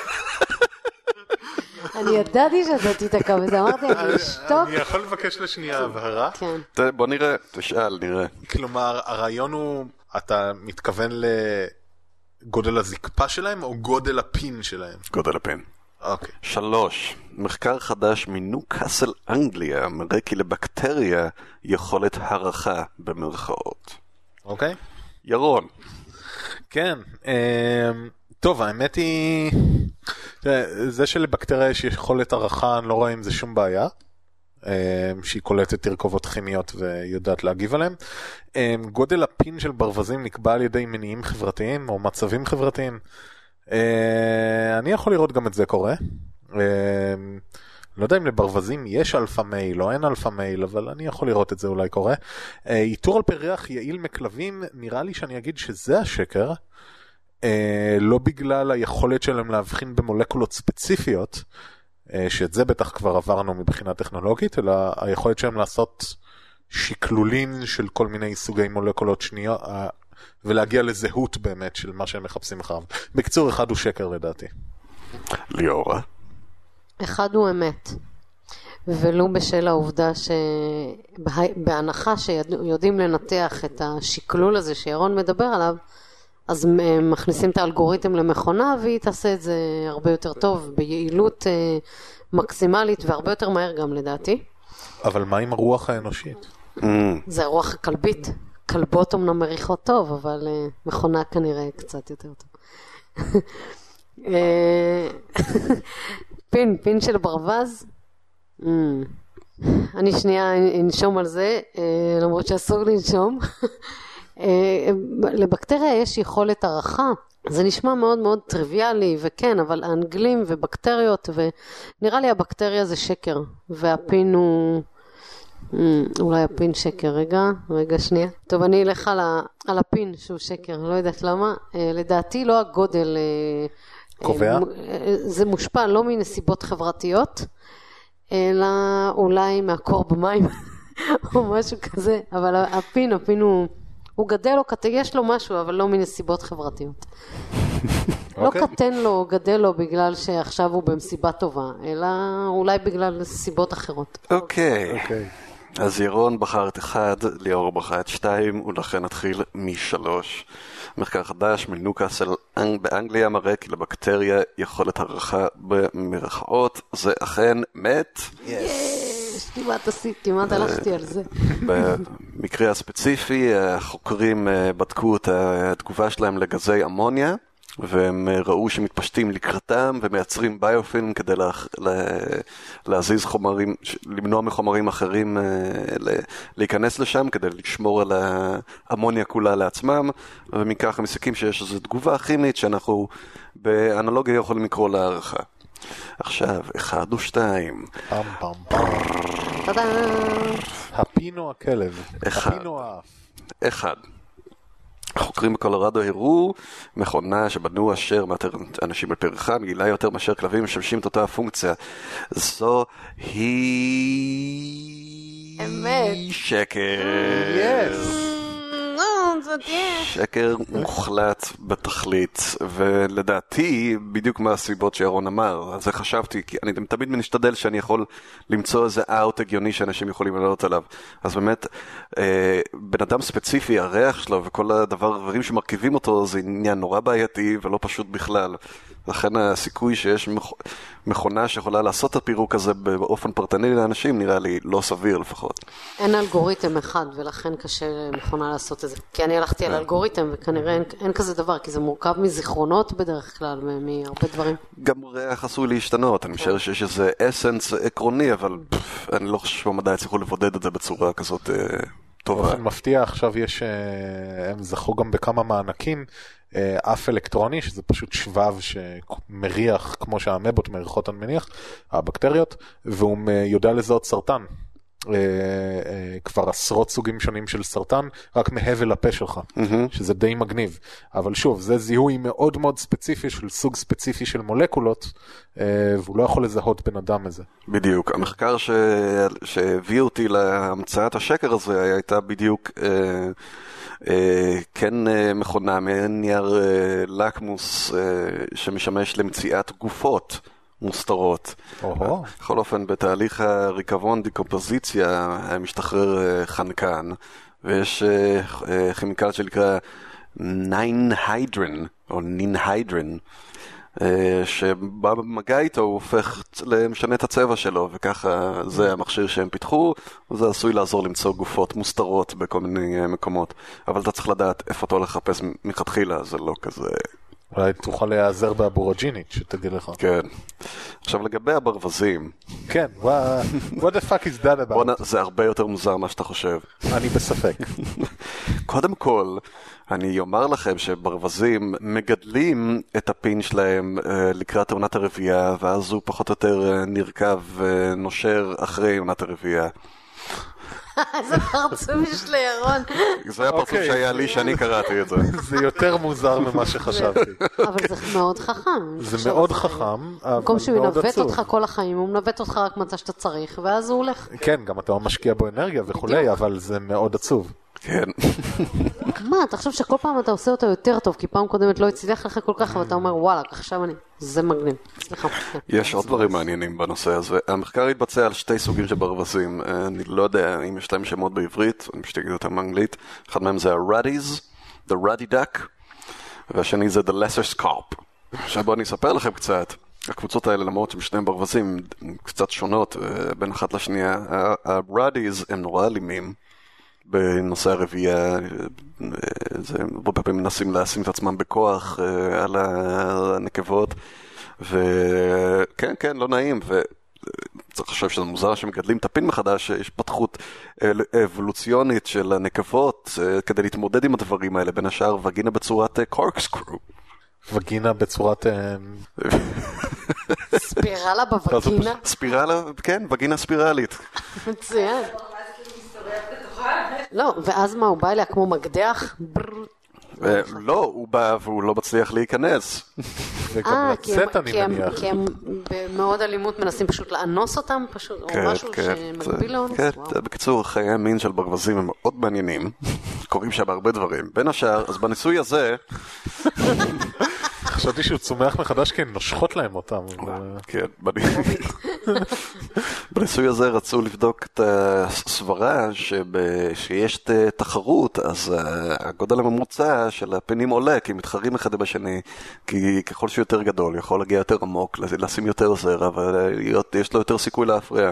אני ידעתי שאתה תתעקע בזה, אמרתי, אני אשתוק. אני יכול לבקש לשנייה הבהרה? כן. בוא נראה, תשאל, נראה. כלומר, הרעיון הוא, אתה מתכוון לגודל הזקפה שלהם או גודל הפין שלהם? גודל הפין. אוקיי. 3. מחקר חדש מניוקאסל אנגליה מראה כי לבקטריה יכולת הערכה במרכאות. אוקיי. ירון. כן. טוב, האמת היא, זה שלבקטריה יש יכולת הערכה, אני לא רואה עם זה שום בעיה. שהיא קולטת תרכובות כימיות ויודעת להגיב עליהם. גודל הפין של ברווזים נקבע על ידי מניעים חברתיים או מצבים חברתיים. אני יכול לראות גם את זה קורה. לא יודע אם לברווזים יש אלפא מייל או אין אלפא מייל, אבל אני יכול לראות את זה אולי קורה. איתור על פי ריח יעיל מכלבים, נראה לי שאני אגיד שזה השקר. לא בגלל היכולת שלהם להבחין במולקולות ספציפיות, שאת זה בטח כבר עברנו מבחינה טכנולוגית, אלא היכולת שלהם לעשות שקלולים של כל מיני סוגי מולקולות שניות, ולהגיע לזהות באמת של מה שהם מחפשים אחריו. בקצור, אחד הוא שקר לדעתי. ליאורה. אחד הוא אמת. ולו בשל העובדה שבהנחה שיודעים לנתח את השקלול הזה שירון מדבר עליו, אז מכניסים את האלגוריתם למכונה והיא תעשה את זה הרבה יותר טוב, ביעילות מקסימלית והרבה יותר מהר גם לדעתי. אבל מה עם הרוח האנושית? זה הרוח הכלבית. כלבות אומנם מריחות טוב, אבל מכונה כנראה קצת יותר טוב. פין של ברווז. אני שנייה אנשום על זה, למרות שאסור לנשום. לבקטריה יש יכולת הערכה, זה נשמע מאוד מאוד טריוויאלי וכן, אבל האנגלים ובקטריות, ונראה לי הבקטריה זה שקר, והפין הוא אולי הפין שקר. רגע שנייה. טוב, אני אלך על הפין שהוא שקר, לא יודעת למה. לדעתי לא הגודל קובע, זה מושפע לא מנסיבות חברתיות, אלא אולי מהקור במים או משהו כזה, אבל הפין הוא גדל או קטן, יש לו משהו, אבל לא מנסיבות חברתיות. לא קטן לו, גדל לו בגלל שעכשיו הוא במסיבה טובה, אלא אולי בגלל סיבות אחרות. אוקיי. אז ירון בחר את 1, ליאור בחר את 2, ולכן נתחיל מ3. מחקר חדש מניוקאסל באנגליה מראה כי לבקטריה יכולת הערכה במרכאות. זה אכן מת. כמעט הלכתי על זה. במקרה הספציפי, החוקרים בדקו את התגובה שלהם לגזי אמוניה, והם ראו שמתפשטים לקראתם ומייצרים ביופילם כדי להזיז חומרים, למנוע מחומרים אחרים להיכנס לשם כדי לשמור על האמוניה כולה לעצמם, ומכך הם מסיקים שיש איזו תגובה כימית שאנחנו באנלוגיה יכולים לקרוא להערכה. עכשיו, 1 או 2. הפין או הכלב? הפין או האף? 1. החוקרים בקולורדו הראו מכונה שבנו אשר מאתרת אנשים על פי ריחם יעילה יותר מאשר כלבים משמשים את אותה הפונקציה. זו היא אמת. שקר. שקר מוחלט בתכלית, ולדעתי בדיוק מהסיבות שירון אמר, אז זה חשבתי, כי אני תמיד משתדל שאני יכול למצוא איזה אאוט הגיוני שאנשים יכולים לעלות עליו. אז באמת, בן אדם ספציפי, הריח שלו וכל הדברים שמרכיבים אותו זה עניין נורא בעייתי ולא פשוט בכלל. לכן הסיכוי שיש מכונה שיכולה לעשות את הפירוק הזה באופן פרטני לאנשים נראה לי לא סביר לפחות. אין אלגוריתם אחד ולכן קשה למכונה לעשות את זה. כי אני הלכתי על אלגוריתם וכנראה אין כזה דבר, כי זה מורכב מזיכרונות בדרך כלל מהרבה דברים. גם ריח עשוי להשתנות, אני חושב שיש איזה אסנס עקרוני, אבל אני לא חושב שהמדע יצליחו לבודד את זה בצורה כזאת טובה. באופן מפתיע עכשיו הם זכו גם בכמה מענקים, אף אלקטרוני, שזה פשוט שבב שמריח כמו שהאמבות מריחות אני מניח, הבקטריות, והוא יודע לזהות סרטן. כבר עשרות סוגים שונים של סרטן, רק מהבל הפה שלך, שזה די מגניב. אבל שוב, זה זיהוי מאוד מאוד ספציפי של סוג ספציפי של מולקולות, והוא לא יכול לזהות בן אדם הזה. בדיוק. המחקר שהביא אותי להמצאת השקר הזה הייתה בדיוק כן מכונה מנייר לקמוס שמשמש למציאת גופות מוסתרות. בכל אופן, בתהליך הריקבון דיקומפוזיציה משתחרר חנקן, ויש כימיקל שנקרא נינהיידרין, או נינהיידרין, שבמגע איתו הוא הופך למשנה את הצבע שלו, וככה זה המכשיר שהם פיתחו, וזה עשוי לעזור למצוא גופות מוסתרות בכל מיני מקומות. אבל אתה צריך לדעת איפה אתה הולך לחפש מלכתחילה, זה לא כזה... אולי תוכל להיעזר באבורג'ינית, שתגיד לך. כן. עכשיו לגבי הברווזים. כן, what the fuck is that about? זה הרבה יותר מוזר מה שאתה חושב. אני בספק. קודם כל, אני אומר לכם שברווזים מגדלים את הפין שלהם לקראת עונת הרבייה, ואז הוא פחות או יותר נרכב ונושר אחרי עונת הרבייה. זה פרצוף של ירון. זה הפרצוף שהיה לי שאני קראתי את זה. זה יותר מוזר ממה שחשבתי. אבל זה מאוד חכם. זה מאוד חכם, במקום שהוא ינווט אותך כל החיים, הוא מנווט אותך רק מצא שאתה צריך, ואז הוא הולך. כן, גם אתה משקיע בו אנרגיה וכולי, אבל זה מאוד עצוב. כן. מה, אתה חושב שכל פעם אתה עושה אותו יותר טוב, כי פעם קודמת לא הצליח לך כל כך, ואתה אומר, וואלה, עכשיו זה מגניב. סליחה. יש עוד דברים מעניינים בנושא הזה. המחקר התבצע על שתי סוגים של ברווזים. אני לא יודע אם יש להם שמות בעברית, אני פשוט אגיד אותם באנגלית. אחד מהם זה ה-Ruddies, the Ruddy Duck, והשני זה the Lesser Scarp. עכשיו בואו אני אספר לכם קצת. הקבוצות האלה, למרות שהם שניהם ברווזים, קצת שונות בין אחת לשנייה. ה-Ruddies הם נורא אלימים. בנושא הרבייה, הרבה פעמים מנסים לשים את עצמם בכוח על הנקבות, וכן, כן, לא נעים, וצריך לחשוב שזה מוזר שמגדלים את הפין מחדש, יש פתחות אבולוציונית של הנקבות כדי להתמודד עם הדברים האלה, בין השאר וגינה בצורת קורקסקרו. וגינה בצורת... ספירלה בווגינה? ספירלה, כן, וגינה ספירלית. מצוין. לא, ואז מה, הוא בא אליה כמו מקדח? לא, הוא בא והוא לא מצליח להיכנס. וגם לצאת אני מניח. כי הם במאוד אלימות מנסים פשוט לאנוס אותם, פשוט, או משהו שמקביל לאונס. כן, בקיצור, חיי המין של ברווזים הם מאוד מעניינים. קוראים שם הרבה דברים. בין השאר, אז בניסוי הזה... חשבתי שהוא צומח מחדש כי הן נושכות להם אותם. כן, בניסוי הזה רצו לבדוק את הסברה שיש תחרות, אז הגודל הממוצע של הפינים עולה, כי מתחרים אחד בשני, כי ככל שיותר גדול, יכול להגיע יותר עמוק, לשים יותר זרע, ויש לו יותר סיכוי להפריע.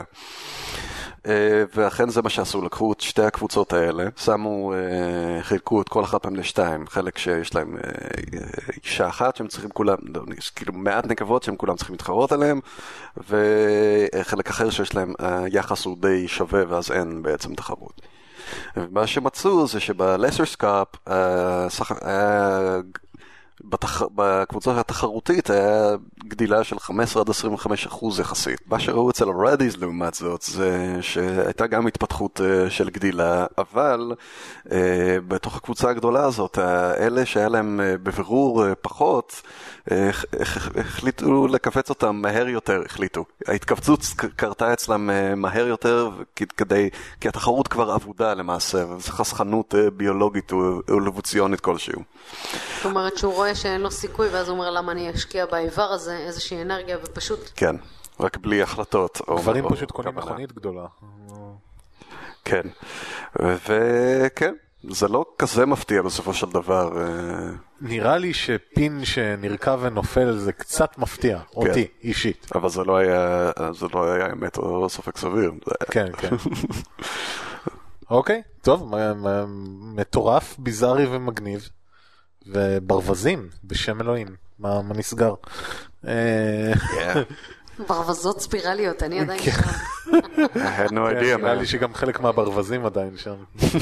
ואכן זה מה שעשו, לקחו את שתי הקבוצות האלה, חילקו את כל אחת פעם לשתיים, חלק שיש להם אישה אחת שהם צריכים כולם, כאילו מעט נקבות שהם כולם צריכים להתחרות עליהם, וחלק אחר שיש להם היחס הוא די שווה ואז אין בעצם תחרות. ומה שמצאו זה שבלסר סקאפ היה בקבוצה התחרותית היה גדילה של 15-25% יחסית. מה שראו אצל הרדיז לעומת זאת זה שהייתה גם התפתחות של גדילה, אבל בתוך הקבוצה הגדולה הזאת, האלה שהיה להם בבירור פחות, החליטו לקפץ אותם מהר יותר, ההתכווצות קרתה אצלם מהר יותר, כי התחרות כבר עבודה למעשה, וזו חסכנות ביולוגית או אבולוציונית כלשהו. זאת אומרת שהוא רואה שאין לו סיכוי, ואז הוא אומר למה אני אשקיע באיבר הזה איזושהי אנרגיה, ופשוט... כן, רק בלי החלטות. גברים פשוט קונים מכונית גדולה. כן, וכן. זה לא כזה מפתיע בסופו של דבר. נראה לי שפין שנרכב ונופל זה קצת מפתיע, אותי, אישית. אבל זה לא היה אמת או ספק סביר. כן, כן. אוקיי, טוב, מטורף, ביזארי ומגניב. וברווזים, בשם אלוהים. מה נסגר? ברווזות ספירליות, אני עדיין שם. נראה לי שגם חלק מהברווזים עדיין שם.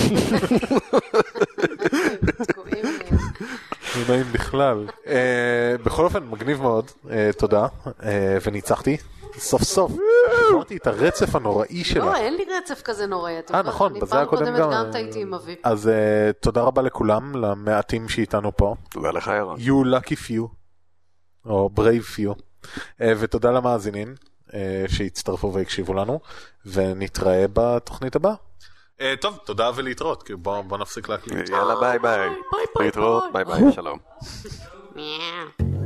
נעים בכלל. בכל אופן, מגניב מאוד, תודה, וניצחתי. סוף סוף, אמרתי את הרצף הנוראי שלה. לא, אין לי רצף כזה נוראי. נכון, בזה הקודם גם. גם טעיתי עם אבי. אז תודה רבה לכולם, למעטים שאיתנו פה. תודה לך, ירון. You lucky few, או brave few. ותודה למאזינים שהצטרפו והקשיבו לנו, ונתראה בתוכנית הבאה. טוב, תודה ולהתראות, בוא נפסיק להקליט. יאללה, ביי ביי. להתראות, ביי ביי, שלום.